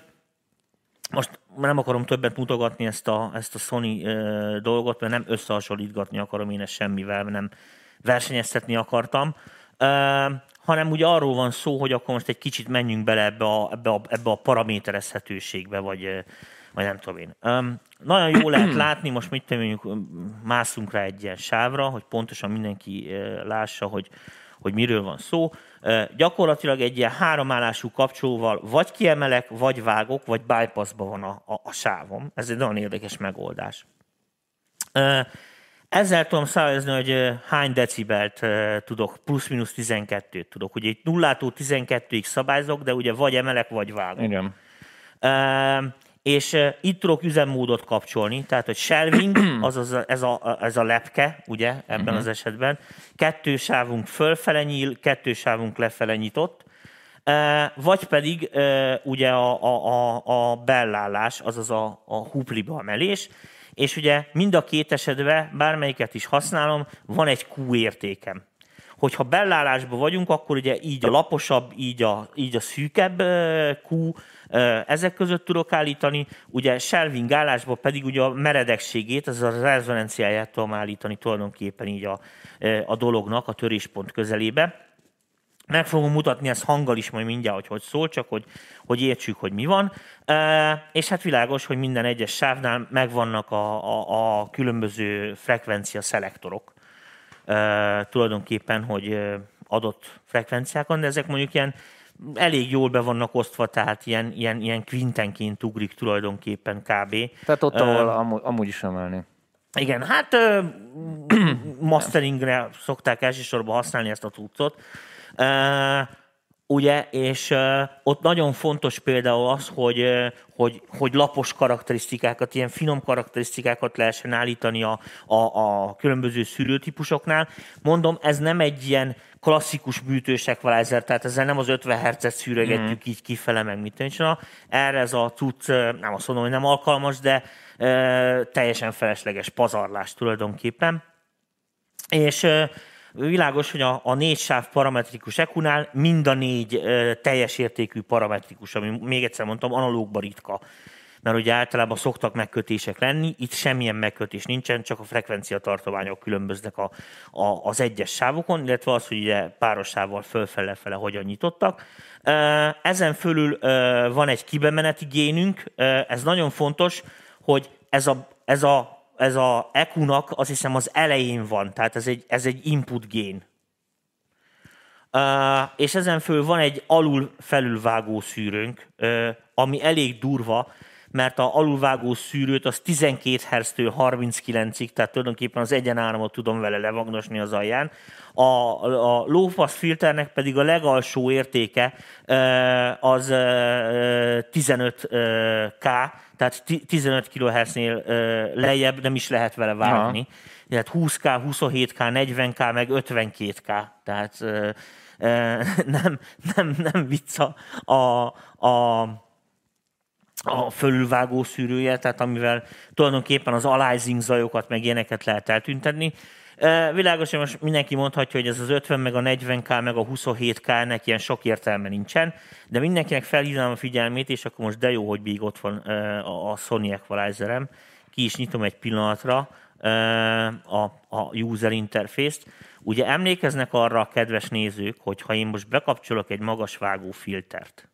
C: most nem akarom többet mutogatni ezt a, ezt a Sony dolgot, mert nem összehasonlítgatni akarom én ezt semmivel, nem versenyeztetni akartam, hanem ugye arról van szó, hogy akkor most egy kicsit menjünk bele ebbe a, ebbe a, ebbe a paraméterezhetőségbe, vagy vagy nem tudom én. Um, nagyon jól lehet látni, most mit mondjuk, mászunk rá egy ilyen sávra, hogy pontosan mindenki uh, lássa, hogy, hogy miről van szó. Uh, gyakorlatilag egy ilyen háromállású kapcsolóval vagy kiemelek, vagy vágok, vagy bypassban van a, a, a sávom. Ez egy nagyon érdekes megoldás. Uh, ezzel tudom számozni, hogy hány decibelt uh, tudok, plusz-minusz tizenkettőt tudok. Ugye itt nullától tizenkettőig szabályzok, de ugye vagy emelek, vagy vágok.
B: Igen.
C: Uh, és uh, itt tudok üzemmódot kapcsolni, tehát, hogy shelving, azaz ez a, ez a lepke, ugye, ebben uh-huh. az esetben. Kettő sávunk fölfele nyíl, kettő sávunk lefele nyitott, uh, vagy pedig uh, ugye a, a, a, a bellállás, azaz a, a hupliba emelés, és ugye mind a két esetben, bármelyiket is használom, van egy Q értékem. Hogyha bellállásban vagyunk, akkor ugye így a laposabb, így a, így a szűkebb Q, ezek között tudok állítani, ugye shelving állásban pedig ugye a meredekségét, az a rezonanciáját tudom állítani tulajdonképpen így a, a dolognak a töréspont közelébe. Meg fogom mutatni ezt hanggal is majd mindjárt, hogy hogy szól, csak hogy, hogy értsük, hogy mi van. És hát világos, hogy minden egyes sávnál megvannak a, a, a különböző frekvencia szelektorok. Tulajdonképpen, hogy adott frekvenciákon, de ezek mondjuk ilyen elég jól be vannak osztva, tehát ilyen, ilyen, ilyen kvintenként ugrik tulajdonképpen kb.
B: Tehát ott, ahol uh, amúgy, amúgy is emelni.
C: Igen, hát uh, masteringre szokták elsősorban használni ezt a cuccot. Uh, ugye, és uh, ott nagyon fontos például az, hogy, uh, hogy, hogy lapos karakterisztikákat, ilyen finom karakterisztikákat lehessen állítani a, a, a különböző szűrőtípusoknál. Mondom, ez nem egy ilyen klasszikus műtős equalizer, tehát ezzel nem az ötven hertzet szűrögetjük mm. így kifele, meg mit tűncsen. Erre ez a cucc, nem azt mondom, hogy nem alkalmas, de uh, teljesen felesleges pazarlás tulajdonképpen. És uh, világos, hogy a, a négy sáv parametrikus E Q nál mind a négy uh, teljes értékű parametrikus, ami még egyszer mondtam, analógban ritka. Mert ugye általában szoktak megkötések lenni, itt semmilyen megkötés nincsen, csak a frekvenciatartományok különböznek a, a, az egyes sávokon, illetve az, hogy ugye páros sávval fölfele-fele hogyan nyitottak. Ezen fölül van egy kibemeneti génünk, ez nagyon fontos, hogy ez a, ez a, ez a E Q-nak azt hiszem az elején van, tehát ez egy, ez egy input gén. És ezen fölül van egy alul-felülvágó szűrőnk, ami elég durva, mert a alulvágó szűrőt az tizenkét hertztől harminckilencig, tehát tulajdonképpen az egyenáramot tudom vele levagdosni az alján. A, a low pass filternek pedig a legalsó értéke az tizenöt K, tehát tizenöt kilohertznél lejjebb nem is lehet vele vágni. Aha. Tehát húsz K, huszonhét K, negyven K, meg ötvenkét K, tehát nem, nem, nem vicc a, a a fölülvágó szűrője, tehát amivel tulajdonképpen az aliasing zajokat meg ilyeneket lehet eltüntetni. Világos, hogy most mindenki mondhatja, hogy ez az ötven, meg a negyven K, meg a huszonhét K, ennek ilyen sok értelme nincsen, de mindenkinek felhívnám a figyelmét, és akkor most de jó, hogy még ott van a Sony Equalizerem. Ki is nyitom egy pillanatra a, a user interface-t. Ugye emlékeznek arra a kedves nézők, hogy ha én most bekapcsolok egy magasvágó filtert,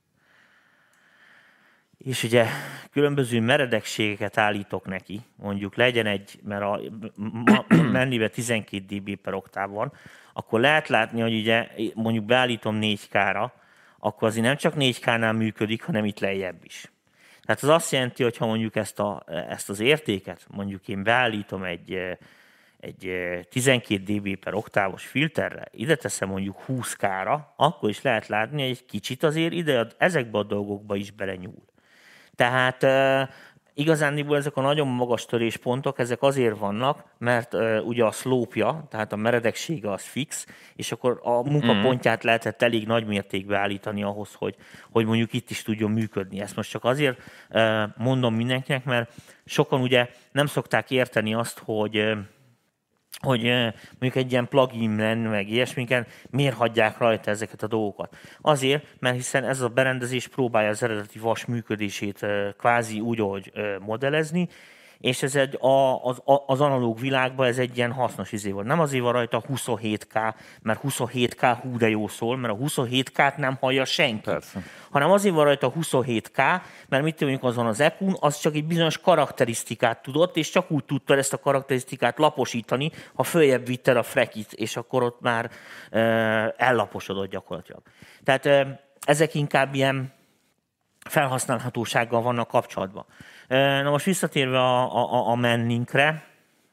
C: és ugye különböző meredekségeket állítok neki, mondjuk legyen egy, mert a mennibe tizenkét dB per oktáv van, akkor lehet látni, hogy ugye mondjuk beállítom négy ká-ra, akkor azért nem csak négy ká-nál működik, hanem itt lejjebb is. Tehát az azt jelenti, hogy ha mondjuk ezt, a, ezt az értéket, mondjuk én beállítom egy, egy tizenkét dB per oktávos filterre, ide teszem mondjuk húsz ká-ra, akkor is lehet látni, hogy egy kicsit azért ide, ezekbe a dolgokba is belenyúl. Tehát uh, igazándiból ezek a nagyon magas töréspontok, ezek azért vannak, mert uh, ugye a szlópja, tehát a meredeksége az fix, és akkor a munkapontját lehetett elég nagy mértékben állítani ahhoz, hogy, hogy mondjuk itt is tudjon működni. Ezt most csak azért uh, mondom mindenkinek, mert sokan ugye nem szokták érteni azt, hogy uh, hogy mondjuk egy ilyen plugin, meg ilyesmiken miért hagyják rajta ezeket a dolgokat. Azért, mert hiszen ez a berendezés próbálja az eredeti vas működését kvázi úgy, ahogy modellezni, és ez egy, a, az, az analóg világban ez egy ilyen hasznos izé volt. Nem azért van rajta huszonhét ká, mert huszonhét ká hú de jó szól, mert a huszonhét ká-t nem hallja senki. Persze. Hanem azért van rajta huszonhét ká, mert mit mondjuk azon az é kú-n, az csak egy bizonyos karakterisztikát tudott, és csak úgy tudta ezt a karakterisztikát laposítani, ha följebb vitted a frekit, és akkor ott már e, ellaposodott gyakorlatilag. Tehát e, ezek inkább ilyen felhasználhatósággal vannak kapcsolatban. Na most visszatérve a, a, a menninkre,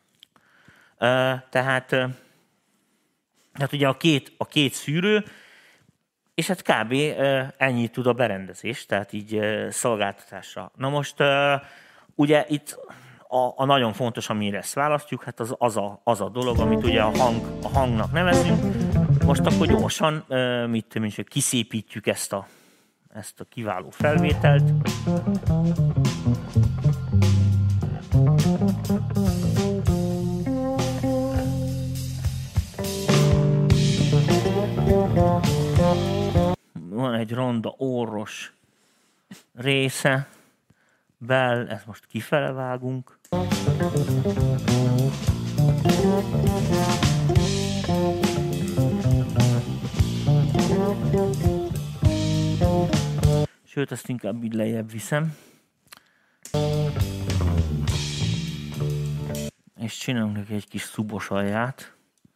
C: tehát, tehát ugye a két, a két szűrő, és hát kb. Ennyit tud a berendezés, tehát így szolgáltatásra. Na most ugye itt a, a nagyon fontos, amire ezt választjuk, hát az, az, a, az a dolog, amit ugye a, hang, a hangnak nevezünk. Most akkor gyorsan mit tudom, kiszépítjük ezt a ezt a kiváló felvételt. Van egy ronda orros része, bell, ezt most kifele vágunk. Sőt, ezt inkább így lejjebb viszem. És csinálunk neki egy kis szubos alját.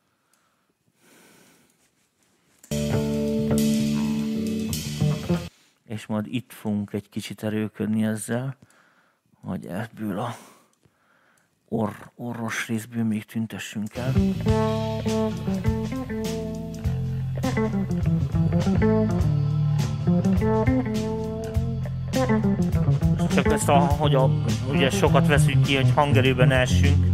C: És majd itt fogunk egy kicsit erőködni ezzel, hogy ebből a orr, orros részből még tüntessünk el. Csak ezt, a, hogy a, ugye sokat veszünk ki, hogy hangerőben essünk.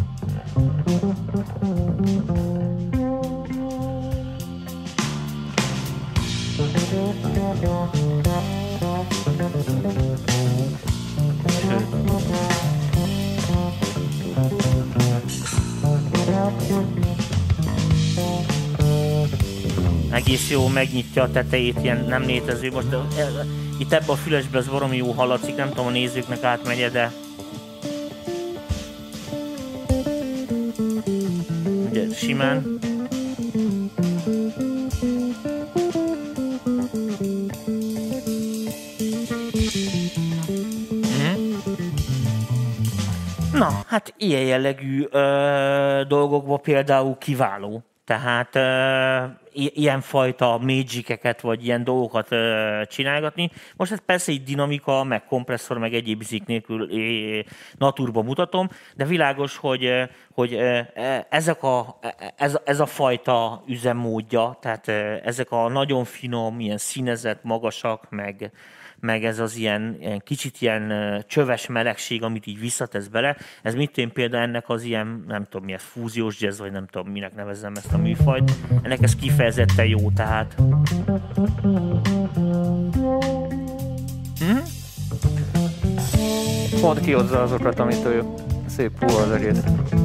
C: Egész jó megnyitja a tetejét, ilyen nem létező. Most itt ebben a fülesben ez valami jó hallatszik, nem tudom, a nézőknek átmegye, de ugye simán. Mm. Na, hát ilyen jellegű ö, dolgokban például kiváló. Tehát uh, ilyenfajta magic-eket, vagy ilyen dolgokat uh, csinálgatni. Most ez persze így dinamika, meg kompresszor, meg egyéb izik nélkül é, naturba mutatom, de világos, hogy, hogy ezek a, ez, ez a fajta üzemmódja, tehát ezek a nagyon finom, ilyen színezett, magasak, meg, meg ez az ilyen, ilyen kicsit ilyen csöves melegség, amit így visszatesz bele. Ez mit én például ennek az ilyen, nem tudom mi ez, fúziós jazz, vagy nem tudom minek nevezzem ezt a műfajt. Ennek ez kifejezetten jó, tehát.
B: Hm? Pont kihozza azokat, amitől szép hú az egész.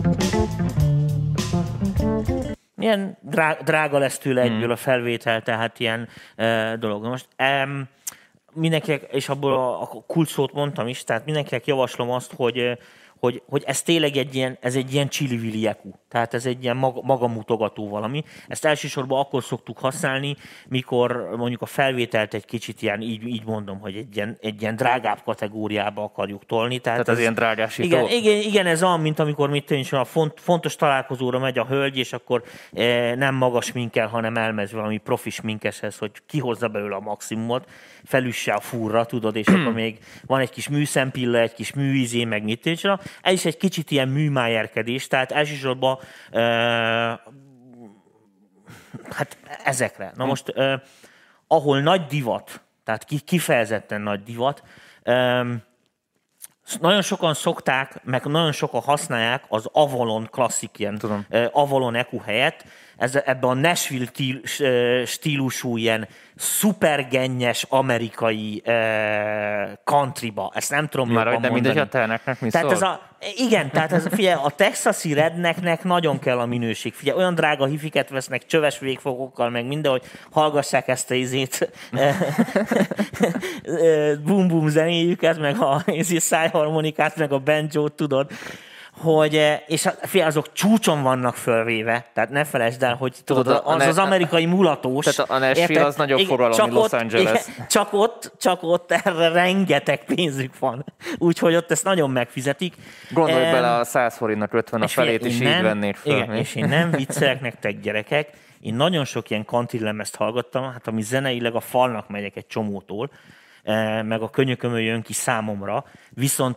C: Ilyen drá- drága lesz tőle egyből a felvétel, tehát ilyen e, dolog. Most em, mindenkinek, és abból a, a kulcsszót mondtam is, tehát mindenkinek javaslom azt, hogy, hogy, hogy ez tényleg egy ilyen, ez egy ilyen csili-vili eku. Tehát ez egy ilyen mag, magamutogató valami. Ezt elsősorban akkor szoktuk használni, mikor mondjuk a felvételt egy kicsit ilyen, így, így mondom, hogy egy ilyen, egy ilyen drágább kategóriába akarjuk tolni. Tehát,
B: Tehát az
C: ez,
B: ilyen drágásító.
C: Igen, igen, igen, ez olyan, mint amikor mit tűnik, a font, fontos találkozóra megy a hölgy, és akkor e, nem magas minkel, hanem elmegy valami profi sminkeshez, hogy kihozza belőle a maximumot, felüsse a furra, tudod, és akkor még van egy kis műszempilla, egy kis műizé, meg mit tűnik. Ez is egy kicsit ilyen műmájerkedés, tehát elsősorban e, hát ezekre. Na most, e, ahol nagy divat, tehát kifejezetten nagy divat, e, nagyon sokan szokták, meg nagyon sokan használják az Avalon klasszik ilyen Tudom. Avalon eku helyett, ez, ebben a Nashville stílusú ilyen szupergennyes amerikai eh, countryba. Ezt nem tudom
B: Már
C: jobban
B: de
C: mondani.
B: mindegy a telneknek mi
C: tehát
B: szól?
C: Ez a, igen, tehát ez, figyelj, a texasi redneknek nagyon kell a minőség. Figyelj, olyan drága hifiket vesznek csöves végfogokkal, meg minden, hogy hallgassák ezt a izét, bum-bum zenéjüket, meg a szájharmonikát, meg a banjót, tudod, hogy, és figyelj, azok csúcson vannak fölvéve, tehát ne felejtsd el, hogy tudod, az az, az amerikai mulatós.
B: Tehát a Nashville az nagyobb forgalom, mint Los Angeles.
C: Igen, csak, ott, csak ott erre rengeteg pénzük van. Úgyhogy ott ezt nagyon megfizetik.
B: Gondolj
C: um,
B: bele a száz forintnak ötven a felét, és így vennéd föl.
C: Igen, és én nem viccelek nektek, gyerekek. Én nagyon sok ilyen country lemezt hallgattam, hát ami zeneileg a falnak megyek egy csomótól, meg a könyökömön jön ki számomra, viszont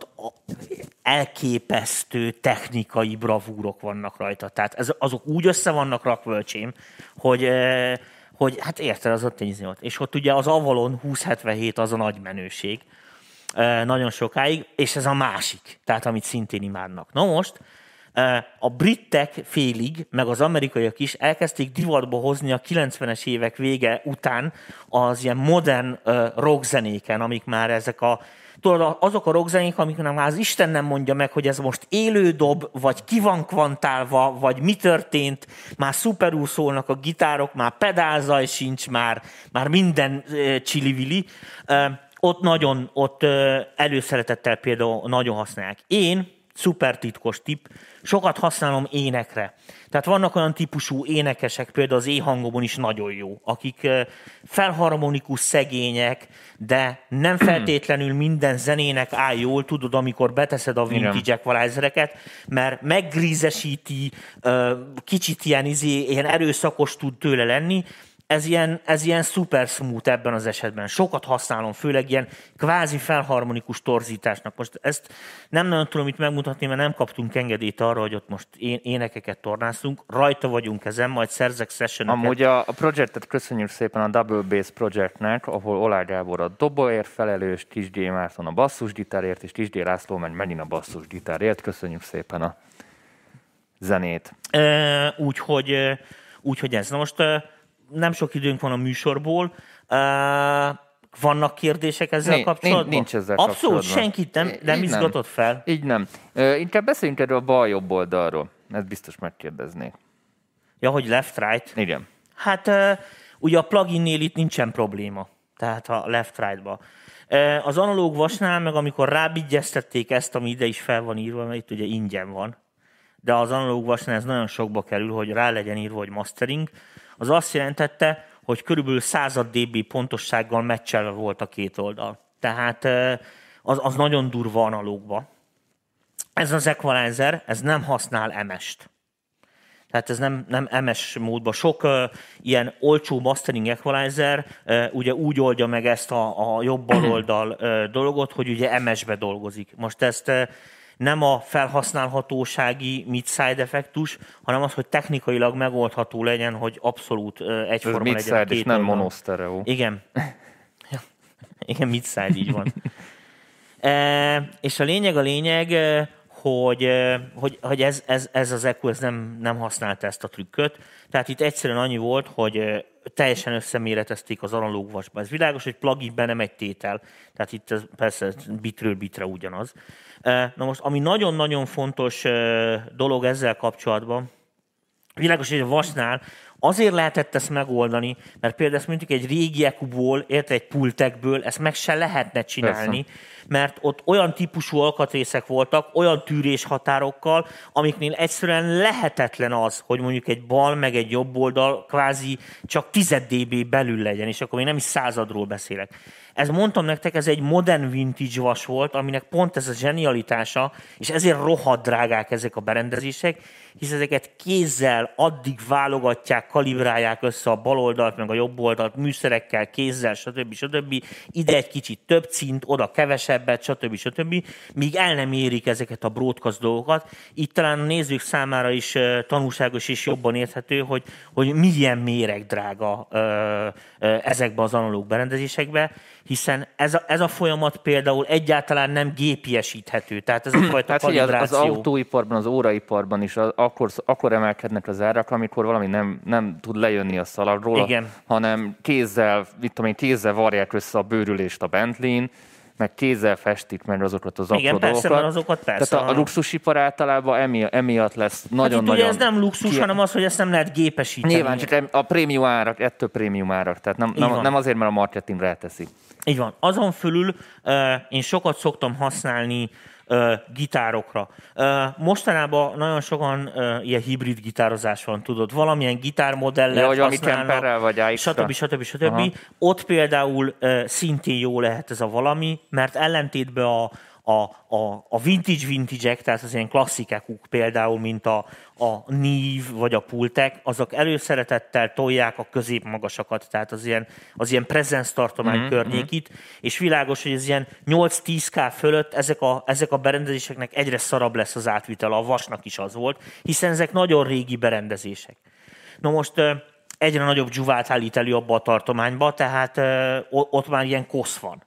C: elképesztő technikai bravúrok vannak rajta. Tehát ez, azok úgy össze vannak rakva, öcsém, hogy, hogy hát érted, az ott nézni ott. És ott ugye az Avalon húsz hetvenhét az a nagy menőség, nagyon sokáig, és ez a másik, tehát amit szintén imádnak. Na most, a britek félig, meg az amerikaiak is elkezdték divatba hozni a kilencvenes évek vége után az ilyen modern rockzenéken, amik már ezek a, tudod, azok a rockzenék, amiknek már az Isten nem mondja meg, hogy ez most élő dob, vagy ki van kvantálva, vagy mi történt, már szuperul szólnak a gitárok, már pedálzaj sincs, már, már minden csili-vili. Ott nagyon, ott előszeretettel például nagyon használják. Én szuper titkos tipp, sokat használom énekre. Tehát vannak olyan típusú énekesek, például az E-hangomon is nagyon jó, akik felharmonikus szegények, de nem feltétlenül minden zenének áll jól, tudod, amikor beteszed a vintage equalizereket, mert meggrízesíti, kicsit ilyen, ilyen erőszakos tud tőle lenni. Ez ilyen, ez ilyen szuper smooth ebben az esetben. Sokat használom, főleg ilyen kvázi felharmonikus torzításnak. Most ezt nem nagyon tudom itt megmutatni, mert nem kaptunk engedélyt arra, hogy ott most énekeket tornászunk. Rajta vagyunk ezen, majd szerzek sessionöket.
B: Amúgy a, a projektet köszönjük szépen a Double Bass Projectnek, ahol Olá Gábor a dobóért felelős, Tisdé Márton a basszusgitárért, és Tisdé László meg megint a basszusgitárért. Köszönjük szépen a zenét.
C: E, Úgyhogy úgy, ez. Na most nem sok időnk van a műsorból. Uh, vannak kérdések ezzel
B: nincs,
C: kapcsolatban?
B: Nincs ezzel
C: Abszolút
B: kapcsolatban.
C: senkit nem, nem izgatott fel?
B: Így nem. Uh, inkább beszéljünk erről a bal-jobb oldalról. Ezt biztos megkérdeznék.
C: Ja, hogy left-right?
B: Igen.
C: Hát uh, ugye a pluginnél itt nincsen probléma. Tehát a left-right-ba. Uh, az analóg vasnál, meg amikor rábigyeztették ezt, ami ide is fel van írva, mert itt ugye ingyen van, de az analóg vasnál ez nagyon sokba kerül, hogy rá legyen írva, hogy mastering, az azt jelentette, hogy körülbelül század dB pontossággal meccselve volt a két oldal. Tehát az, az nagyon durva analógba. Ez az equalizer, ez nem használ em est. Tehát ez nem, nem em es módban. Sok uh, ilyen olcsó mastering equalizer uh, ugye úgy oldja meg ezt a, a jobb bal oldal uh, dolgot, hogy ugye em esbe dolgozik. Most ezt uh, nem a felhasználhatósági mid-side effektus, hanem az, hogy technikailag megoldható legyen, hogy abszolút uh, egyforma legyen.
B: Mid-side és nem monosztereó.
C: Igen. Igen, mid-side, így van. e, és a lényeg a lényeg, hogy, hogy, hogy ez, ez, ez az eku ez nem, nem használta ezt a trükköt. Tehát itt egyszerűen annyi volt, hogy teljesen összeméretezték az analóg vasba. Ez világos, hogy pluginben nem egy tétel. Tehát itt ez persze bitről bitre ugyanaz. Na most, ami nagyon-nagyon fontos dolog ezzel kapcsolatban, világos, hogy a vasnál Azért lehetett ezt megoldani, mert például ezt mondjuk egy régi é kú ból, érte egy Pultekből, ezt meg se lehetne csinálni, persze. Mert ott olyan típusú alkatrészek voltak, olyan tűréshatárokkal, amiknél egyszerűen lehetetlen az, hogy mondjuk egy bal meg egy jobb oldal kvázi csak tíz dB belül legyen, és akkor még nem is századról beszélek. Ez mondtam nektek, ez egy modern vintage vas volt, aminek pont ez a zsenialitása, és ezért rohadt drágák ezek a berendezések, hisz ezeket kézzel addig válogatják, kalibrálják össze a bal oldalt, meg a jobb oldalt, műszerekkel, kézzel, stb. stb. Ide egy kicsit több cint, oda kevesebbet, stb. stb. Míg el nem érik ezeket a broadcast dolgokat. Itt talán a nézők számára is tanulságos és jobban érthető, hogy, hogy milyen méreg drága ezekbe az analóg berendezésekbe, hiszen ez a, ez a folyamat például egyáltalán nem gépiesíthető. Tehát ez a fajta
B: hát
C: kalibráció.
B: Az, az autóiparban, az óraiparban is az, akkor, akkor emelkednek az árak, amikor valami nem, nem tud lejönni a szalagról,
C: igen.
B: hanem kézzel, mit tudom én, kézzel varják össze a bőrülést a Bentley-n, meg kézzel festik meg azokat az apró
C: igen,
B: dolgokat.
C: persze, azokat persze.
B: Tehát a, a luxusipar általában emi, emiatt lesz nagyon-nagyon...
C: Hát itt ugye ez nem luxus, ki... hanem az, hogy ezt nem lehet gépesíteni.
B: Nyilván, csak a prémium árak, ettől prémium árak. Tehát nem, nem, nem azért, mert a marketing ráteszi.
C: Így van. Azon fölül uh, én sokat szoktam használni uh, gitárokra. Uh, mostanában nagyon sokan uh, ilyen hibrid gitározás van, tudod, valamilyen gitármodellet
B: ja,
C: használnak,
B: vagy
C: stb. stb. stb. Ott például uh, szintén jó lehet ez a valami, mert ellentétben a A, a, a vintage vintage-ek, tehát az ilyen klasszikekuk például, mint a, a Neve vagy a Pultek, azok előszeretettel tolják a középmagasakat, tehát az ilyen, az ilyen presence tartomány mm-hmm. környékit, és világos, hogy az ilyen nyolc-tíz ká fölött ezek a, ezek a berendezéseknek egyre szarabb lesz az átvitel, a vasnak is az volt, hiszen ezek nagyon régi berendezések. No most egyre nagyobb dzsuvát állít elő abba a tartományba, tehát ott már ilyen kosz van.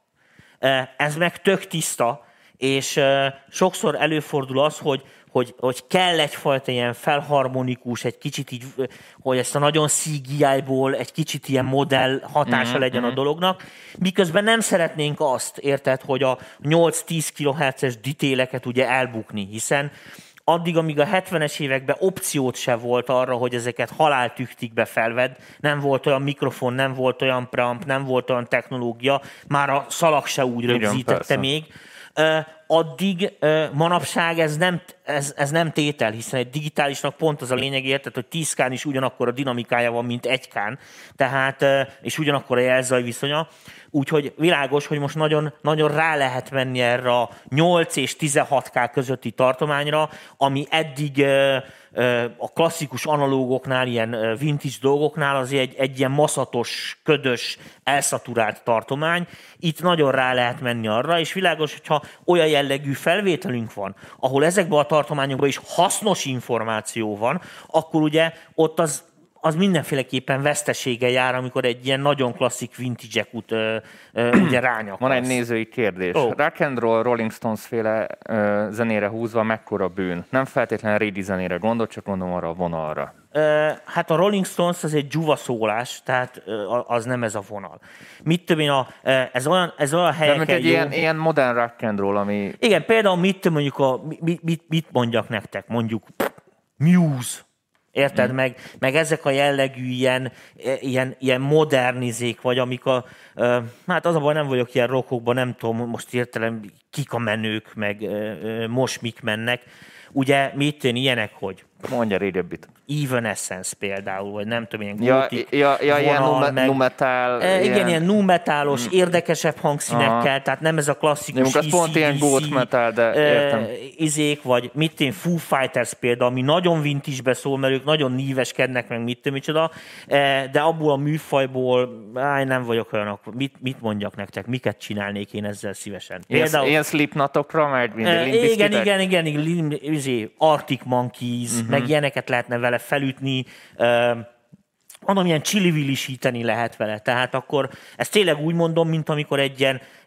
C: Ez meg tök tiszta, és uh, sokszor előfordul az, hogy, hogy, hogy kell egyfajta ilyen felharmonikus, egy kicsit így, hogy ezt a nagyon cé gé í-ból egy kicsit ilyen modell hatása mm-hmm. legyen a dolognak, miközben nem szeretnénk azt, érted, hogy a nyolc-tíz kilohertzes ditéleket ugye elbukni, hiszen addig, amíg a hetvenes években opciót se volt arra, hogy ezeket haláltüktikbe felvedd, nem volt olyan mikrofon, nem volt olyan preamp, nem volt olyan technológia, már a szalag se úgy rögzítette még, Uh, addig uh, manapság ez nem, ez, ez nem tétel, hiszen egy digitálisnak pont az a lényeg, érted, hogy tíz kán is ugyanakkor a dinamikája van, mint egy kán, tehát, uh, és ugyanakkor a jelzaj viszonya. Úgyhogy világos, hogy most nagyon, nagyon rá lehet menni erre a nyolc és tizenhat ká közötti tartományra, ami eddig uh, uh, a klasszikus analógoknál, ilyen uh, vintage dolgoknál az egy, egy ilyen maszatos, ködös, elszaturált tartomány. Itt nagyon rá lehet menni arra, és világos, hogyha olyan jellegű felvételünk van, ahol ezekben a tartományokban is hasznos információ van, akkor ugye ott az az mindenféleképpen vesztesége jár, amikor egy ilyen nagyon klasszik vintage-ekut ugye rányak.
B: Van egy nézői kérdés. Oh. Rock and roll, Rolling Stones féle ö, zenére húzva mekkora bűn? Nem feltétlenül régi zenére gondol, csak mondom arra a vonalra.
C: Uh, hát a Rolling Stones az egy dzsuva szólás, tehát uh, az nem ez a vonal. Mit tudom én, a, uh, ez olyan, ez olyan helyeken
B: de egy
C: jó...
B: ilyen, ilyen modern rock and roll, ami...
C: Igen, például mit mondjuk, a, mit, mit, mit mondjak nektek? Mondjuk Muse. Érted? Mm. Meg, meg ezek a jellegű ilyen, ilyen, ilyen modernizék, vagy amik a... Uh, hát az a baj, nem vagyok ilyen rockokban, nem tudom most értelem kik a menők, meg uh, most mik mennek. Ugye mit én ilyenek, hogy...
B: Mondja régebbit.
C: Evanescence például, vagy nem tudom, ilyen
B: gótik ja, ja, ja,
C: vonal,
B: ilyen
C: meg...
B: nu-metal.
C: E, igen, ilyen, ilyen nu-metalos, mm. érdekesebb hangszínekkel, aha. Tehát nem ez a klasszikus
B: ez pont ilyen gót metal, de értem.
C: E, izék, vagy mit én, Foo Fighters például, ami nagyon vintage-be szól, mert ők nagyon níveskednek, meg mit tudom, micsoda, e, de abból a műfajból, áj, nem vagyok olyan, mit, mit mondjak nektek, miket csinálnék én ezzel szívesen.
B: Például, ilyen Slipknotokra, meg
C: e, igen, igen, igen, igen, igen, Arctic Monkeys, uh-huh. meg ilyeneket lehetne vele felütni, uh, mondom, ilyen csilivilisíteni lehet vele. Tehát akkor ezt tényleg úgy mondom, mint amikor egy ilyen,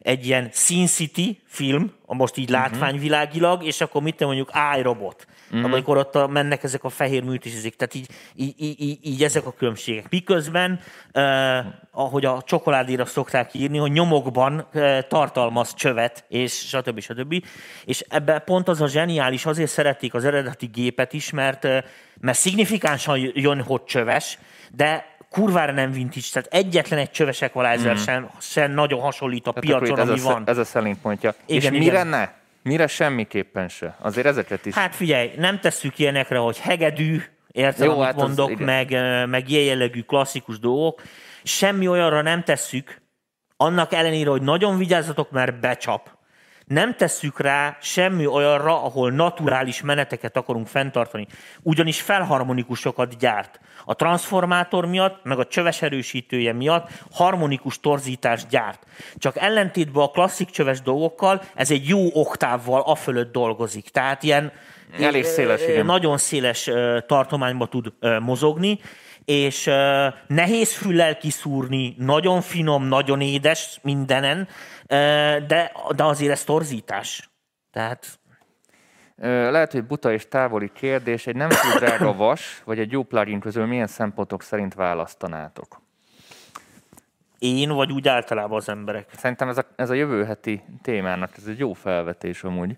C: egy ilyen Sin City film, most így látványvilágilag, és akkor mit te mondjuk iRobot, uh-huh. amikor ott a, mennek ezek a fehér műtészik, tehát így, így, így, így ezek a különbségek. Miközben, eh, ahogy a csokoládéra szokták írni, hogy nyomokban eh, tartalmaz csövet, és stb. stb. És ebben pont az a zseniális, azért szerették az eredeti gépet is, mert, eh, mert szignifikánsan jön, hogy csöves, de kurvára nem vintage, tehát egyetlen egy csöves equalizer mm. sem, sem nagyon hasonlít a tehát piacon, ami
B: ez
C: van.
B: A, ez a selling pontja.
C: Igen,
B: és
C: igen.
B: mire ne? Mire semmiképpen se? Azért ezeket is...
C: Hát figyelj, nem tesszük ilyenekre, hogy hegedű, érted,
B: Jó,
C: amit
B: hát
C: mondok,
B: az,
C: meg, meg ilyen jellegű klasszikus dolgok. Semmi olyanra nem tesszük, annak ellenére, hogy nagyon vigyázzatok, mert becsap. Nem tesszük rá semmi olyanra, ahol naturális meneteket akarunk fenntartani. Ugyanis felharmonikusokat gyárt. A transformátor miatt, meg a csöves erősítője miatt harmonikus torzítást gyárt. Csak ellentétben a klasszik csöves dolgokkal ez egy jó oktávval afölött dolgozik. Tehát ilyen
B: elég széles, igen.
C: Nagyon széles tartományba tud mozogni, és nehéz füllel kiszúrni, nagyon finom, nagyon édes mindenen, de, de azért ez torzítás. Tehát...
B: Lehet, hogy buta és távoli kérdés, egy nem túl drága vas, vagy egy jó plugin közül milyen szempontok szerint választanátok?
C: Én, vagy úgy általában az emberek?
B: Szerintem ez a, ez a jövő heti témának, ez egy jó felvetés amúgy.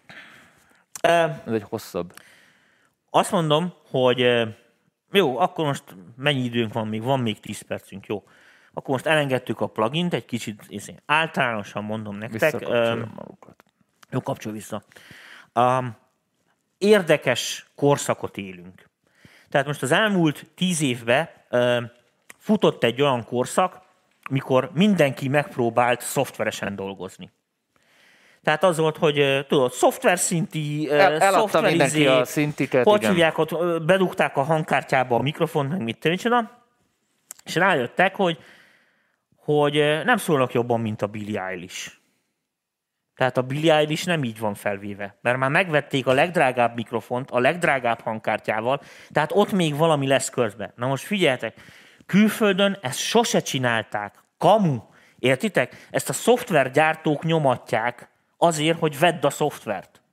C: E,
B: ez egy hosszabb. Azt
C: mondom, hogy jó, akkor most mennyi időnk van még? Van még tíz percünk, jó. Akkor most elengedtük a plugint, egy kicsit általánosan mondom nektek.
B: Visszakapcsolom magukat.
C: Jó, kapcsolj vissza. Um, érdekes korszakot élünk. Tehát most az elmúlt tíz évben uh, futott egy olyan korszak, mikor mindenki megpróbált szoftveresen dolgozni. Tehát az volt, hogy uh, tudod, szoftver szinti, uh,
B: El, eladta mindenki a szintiket.
C: Hogy hívják, ott uh, bedugták a hangkártyába a mikrofont, meg mit tűncsen, és rájöttek, hogy, hogy uh, nem szólnak jobban, mint a Billie Eilish. Tehát a Billie Eilish nem így van felvéve, mert már megvették a legdrágább mikrofont, a legdrágább hangkártyával, tehát ott még valami lesz közben. Na most figyeljetek, külföldön ezt sose csinálták. Kamu. Értitek? Ezt a szoftvergyártók nyomatják azért, hogy vedd a szoftvert.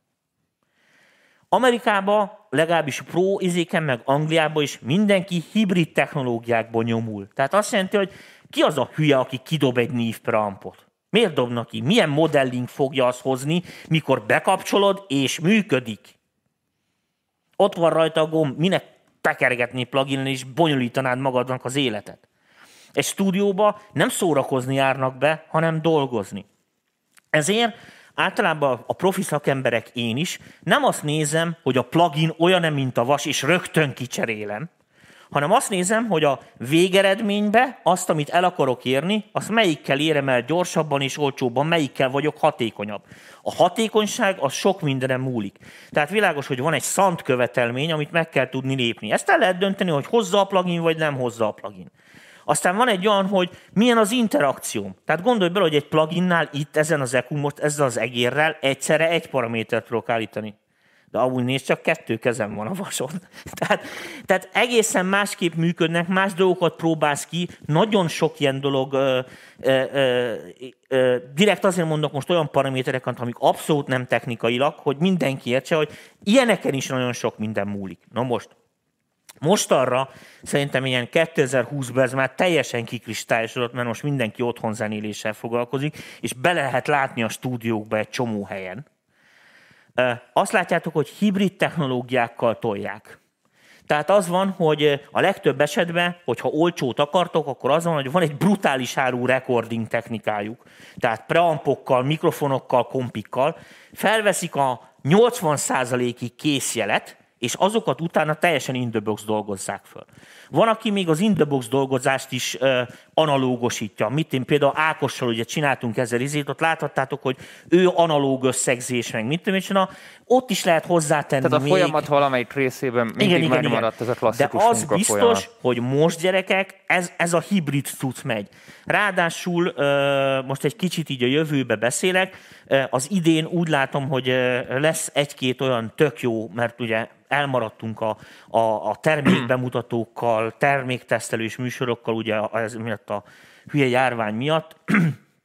C: Amerikában, legalábbis pro izéken, meg Angliában is mindenki hibrid technológiákból nyomul. Tehát azt jelenti, hogy ki az a hülye, aki kidob egy név preampot? Miért dobnak ki? Milyen modelling fogja azt hozni, mikor bekapcsolod és működik? Ott van rajta a gomb, minek tekergetni plugin és bonyolítanád magadnak az életet. Egy stúdióba nem szórakozni járnak be, hanem dolgozni. Ezért általában a profi szakemberek, én is, nem azt nézem, hogy a plugin olyan, mint a vas, és rögtön kicserélem, hanem azt nézem, hogy a végeredménybe azt, amit el akarok érni, azt melyikkel érem el gyorsabban és olcsóbban, melyikkel vagyok hatékonyabb. A hatékonyság az sok mindenen múlik. Tehát világos, hogy van egy szant követelmény, amit meg kell tudni lépni. Ezt el lehet dönteni, hogy hozza a plugin, vagy nem hozza a plugin. Aztán van egy olyan, hogy milyen az interakció. Tehát gondolj bele, hogy egy pluginnál itt ezen az é kú most ezzel az egérrel egyszerre egy paramétert tudok állítani. De amúgy nézd, csak kettő kezem van a vason. Tehát, tehát egészen másképp működnek, más dolgokat próbálsz ki, nagyon sok ilyen dolog, ö, ö, ö, ö, direkt azért mondok most olyan paramétereket, amik abszolút nem technikailag, hogy mindenki értse, hogy ilyeneken is nagyon sok minden múlik. Na most, most arra szerintem ilyen kétezer-húszban ez már teljesen kikristályosodott, mert most mindenki otthon zenéléssel foglalkozik, és bele lehet látni a stúdiókba egy csomó helyen. Azt látjátok, hogy hibrid technológiákkal tolják. Tehát az van, hogy a legtöbb esetben, hogyha olcsót akartok, akkor az van, hogy van egy brutális árú recording technikájuk. Tehát preampokkal, mikrofonokkal, kompikkal. Felveszik a nyolcvan százalékig készjelet, és azokat utána teljesen in the box dolgozzák föl. Van, aki még az in the box dolgozást is uh, analógosítja. Mit én például Ákossal ugye csináltunk ezzel izét, ott láthattátok, hogy ő analóg összegzés, meg mit tudom, és na, ott is lehet hozzátenni
B: Tehát a
C: még...
B: folyamat valamelyik részében mindig igen, megmaradt ez a klasszikus
C: de az
B: munkafolyamat.
C: biztos, hogy most gyerekek, ez, ez a hibrid cucc megy. Ráadásul uh, most egy kicsit így a jövőbe beszélek, uh, az idén úgy látom, hogy uh, lesz egy-két olyan tök jó, mert ugye elmaradtunk a, a, a termékbemutatókkal, terméktesztelős műsorokkal, ugye ez miatt a hülye járvány miatt.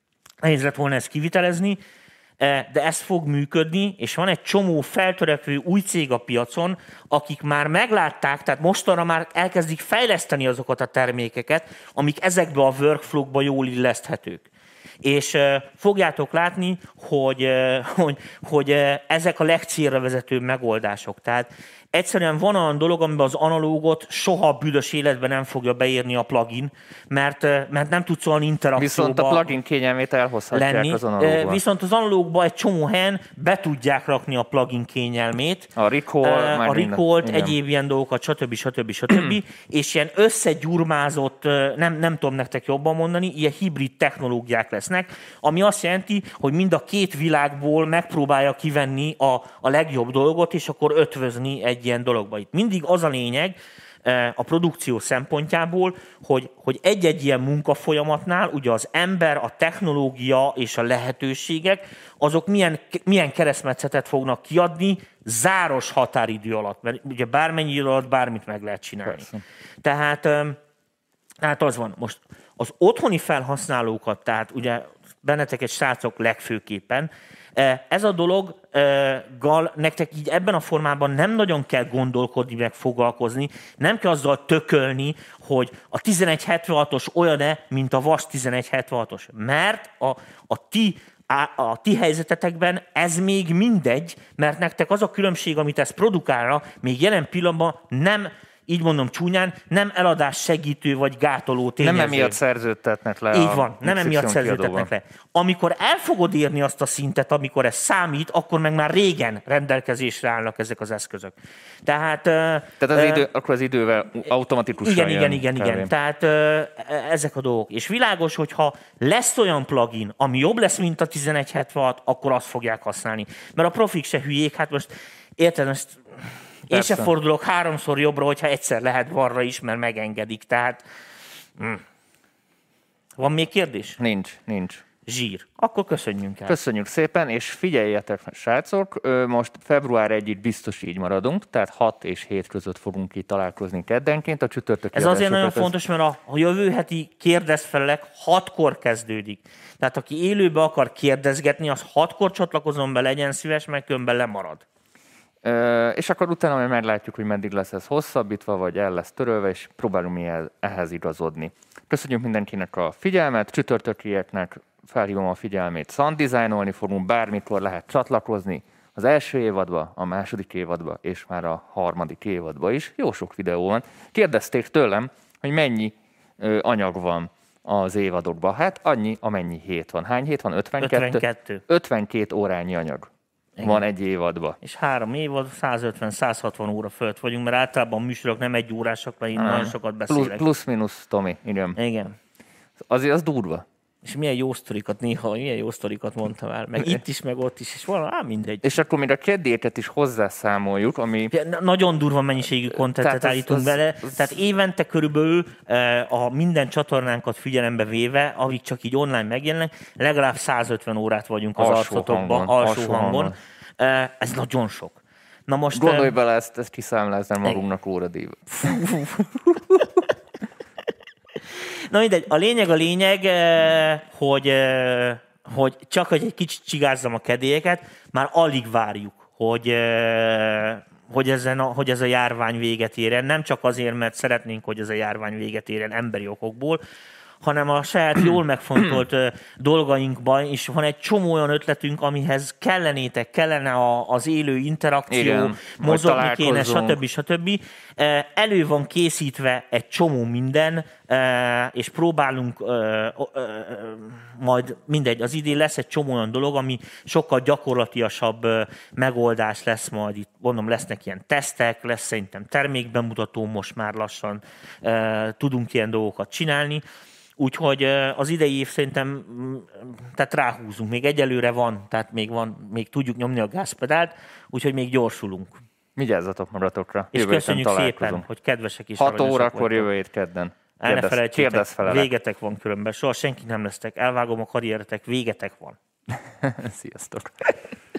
C: nehéz lett volna ezt kivitelezni, de ez fog működni, és van egy csomó feltörekvő új cég a piacon, akik már meglátták, tehát mostanra már elkezdik fejleszteni azokat a termékeket, amik ezekbe a workflow-kba jól illeszthetők. És uh, fogjátok látni, hogy, uh, hogy, hogy uh, ezek a legcélra vezetőbb megoldások. Tehát egyszerűen van olyan dolog, amiben az analógot soha büdös életben nem fogja beírni a plugin, mert, uh, mert nem tudsz olyan interakcióba
B: Viszont a plugin kényelmét elhozhatják
C: lenni.
B: az analógba.
C: Viszont az analógba egy csomó helyen be tudják rakni a plugin kényelmét.
B: A recall,
C: uh, a recall egyéb ilyen dolgokat, stb. stb. stb. És ilyen összegyurmázott, nem, nem tudom nektek jobban mondani, ilyen hibrid technológiák lesznek, ami azt jelenti, hogy mind a két világból megpróbálja kivenni a, a legjobb dolgot, és akkor ötvözni egy ilyen dologba. Itt mindig az a lényeg a produkció szempontjából, hogy, hogy egy-egy ilyen munkafolyamatnál ugye az ember, a technológia és a lehetőségek, azok milyen, milyen keresztmetszetet fognak kiadni záros határidő alatt, mert ugye bármennyi idő alatt bármit meg lehet csinálni. Persze. Tehát, tehát az van. Most az otthoni felhasználókat, tehát ugye benneteket srácok legfőképpen, ez a dologgal nektek így ebben a formában nem nagyon kell gondolkodni, meg foglalkozni, nem kell azzal tökölni, hogy a tizenegy hetvenhatos olyan-e, mint a vas tizenegy hetvenhatos. Mert a, a ti a ti helyzetetekben ez még mindegy, mert nektek az a különbség, amit ez produkálna, még jelen pillanatban nem, így mondom csúnyán, nem eladás segítő vagy gátoló tényező.
B: Nem emiatt szerződtetnek le.
C: Így van, nem emiatt szerződtetnek le. Amikor el fogod érni azt a szintet, amikor ez számít, akkor meg már régen rendelkezésre állnak ezek az eszközök. Tehát,
B: Tehát az uh, idő, akkor az idővel automatikusan
C: igen,
B: jön.
C: igen, igen, igen, igen. Tehát uh, ezek a dolgok. És világos, hogyha lesz olyan plugin, ami jobb lesz, mint a tizenegy hetvenhat, akkor azt fogják használni. Mert a profik se hülyék, hát most érted, most én sem fordulok háromszor jobbra, hogyha egyszer lehet balra is, mert megengedik. Tehát hm. Van még kérdés?
B: Nincs, nincs.
C: Zsír. Akkor köszönjünk el.
B: Köszönjük szépen, és figyeljetek, srácok, most február elsejéig biztos így maradunk, tehát hat és hét között fogunk itt találkozni keddenként. A csütörtöki
C: Ez azért nagyon
B: ez...
C: fontos, mert a, a jövő heti kérdezfelelek hatkor kezdődik. Tehát aki élőbe akar kérdezgetni, az hatkor csatlakozom be, legyen szíves, meg különben lemarad.
B: Ö, és akkor utána majd meglátjuk, hogy meddig lesz ez hosszabbítva, vagy el lesz törölve, és próbálunk mi ehhez igazodni. Köszönjük mindenkinek a figyelmet, csütörtökieknek felhívom a figyelmét, sounddesign-olni fogunk, bármikor lehet csatlakozni az első évadba, a második évadba, és már a harmadik évadba is. Jó sok videó van. Kérdezték tőlem, hogy mennyi ö, anyag van az évadokban. Hát annyi, amennyi hét van. Hány hét van? ötvenkettő?
C: ötvenkettő.
B: ötvenkét órányi anyag. Igen. Van egy évadban.
C: És három évad, százötven-százhatvan óra fölött vagyunk, mert általában a műsorok nem egy órásak, mert én ah, nagyon sokat beszélek.
B: Plusz-minusz, Tomi, igen.
C: Igen.
B: Azért az durva.
C: És milyen jó sztorikat néha, milyen jó sztorikat mondtam el. Meg itt is, meg ott is, és valami, á, mindegy.
B: És akkor még a kedéket is hozzászámoljuk, ami...
C: Ja, nagyon durva mennyiségű kontentet állítunk az, bele. Az, az... Tehát évente körülbelül a minden csatornánkat figyelembe véve, amik csak így online megjelennek, legalább százötven órát vagyunk az arcotokban, alsó, alsó hangon. hangon. Ez nagyon sok. Na most...
B: Gondolj bele, ezt, ezt kiszámláznám magunknak óradíjba.
C: Na mindegy, a lényeg a lényeg, hogy, hogy csak hogy egy kicsit csigázzam a kedélyeket, már alig várjuk, hogy, hogy, ezen a, hogy ez a járvány véget érjen. Nem csak azért, mert szeretnénk, hogy ez a járvány véget érjen emberi okokból, hanem a saját jól megfontolt dolgainkban is van egy csomó olyan ötletünk, amihez kellenétek, kellene a, az élő interakció, igen, mozogni kéne, stb. stb. Elő van készítve egy csomó minden, és próbálunk majd mindegy, az idén lesz egy csomó olyan dolog, ami sokkal gyakorlatiasabb megoldás lesz majd itt. Mondom, lesznek ilyen tesztek, lesz szerintem termékbemutató, most már lassan tudunk ilyen dolgokat csinálni. Úgyhogy az idei év szerintem, tehát ráhúzunk, még egyelőre van, tehát még van, még tudjuk nyomni a gázpedált, úgyhogy még gyorsulunk.
B: Vigyázzatok magatokra.
C: És köszönjük szépen, hogy kedvesek is.
B: hat órakor jövő hét kedden.
C: El ne felejtsétek, végetek van különben, soha senki nem lesztek, elvágom a karrieretek, végetek van.
B: Sziasztok!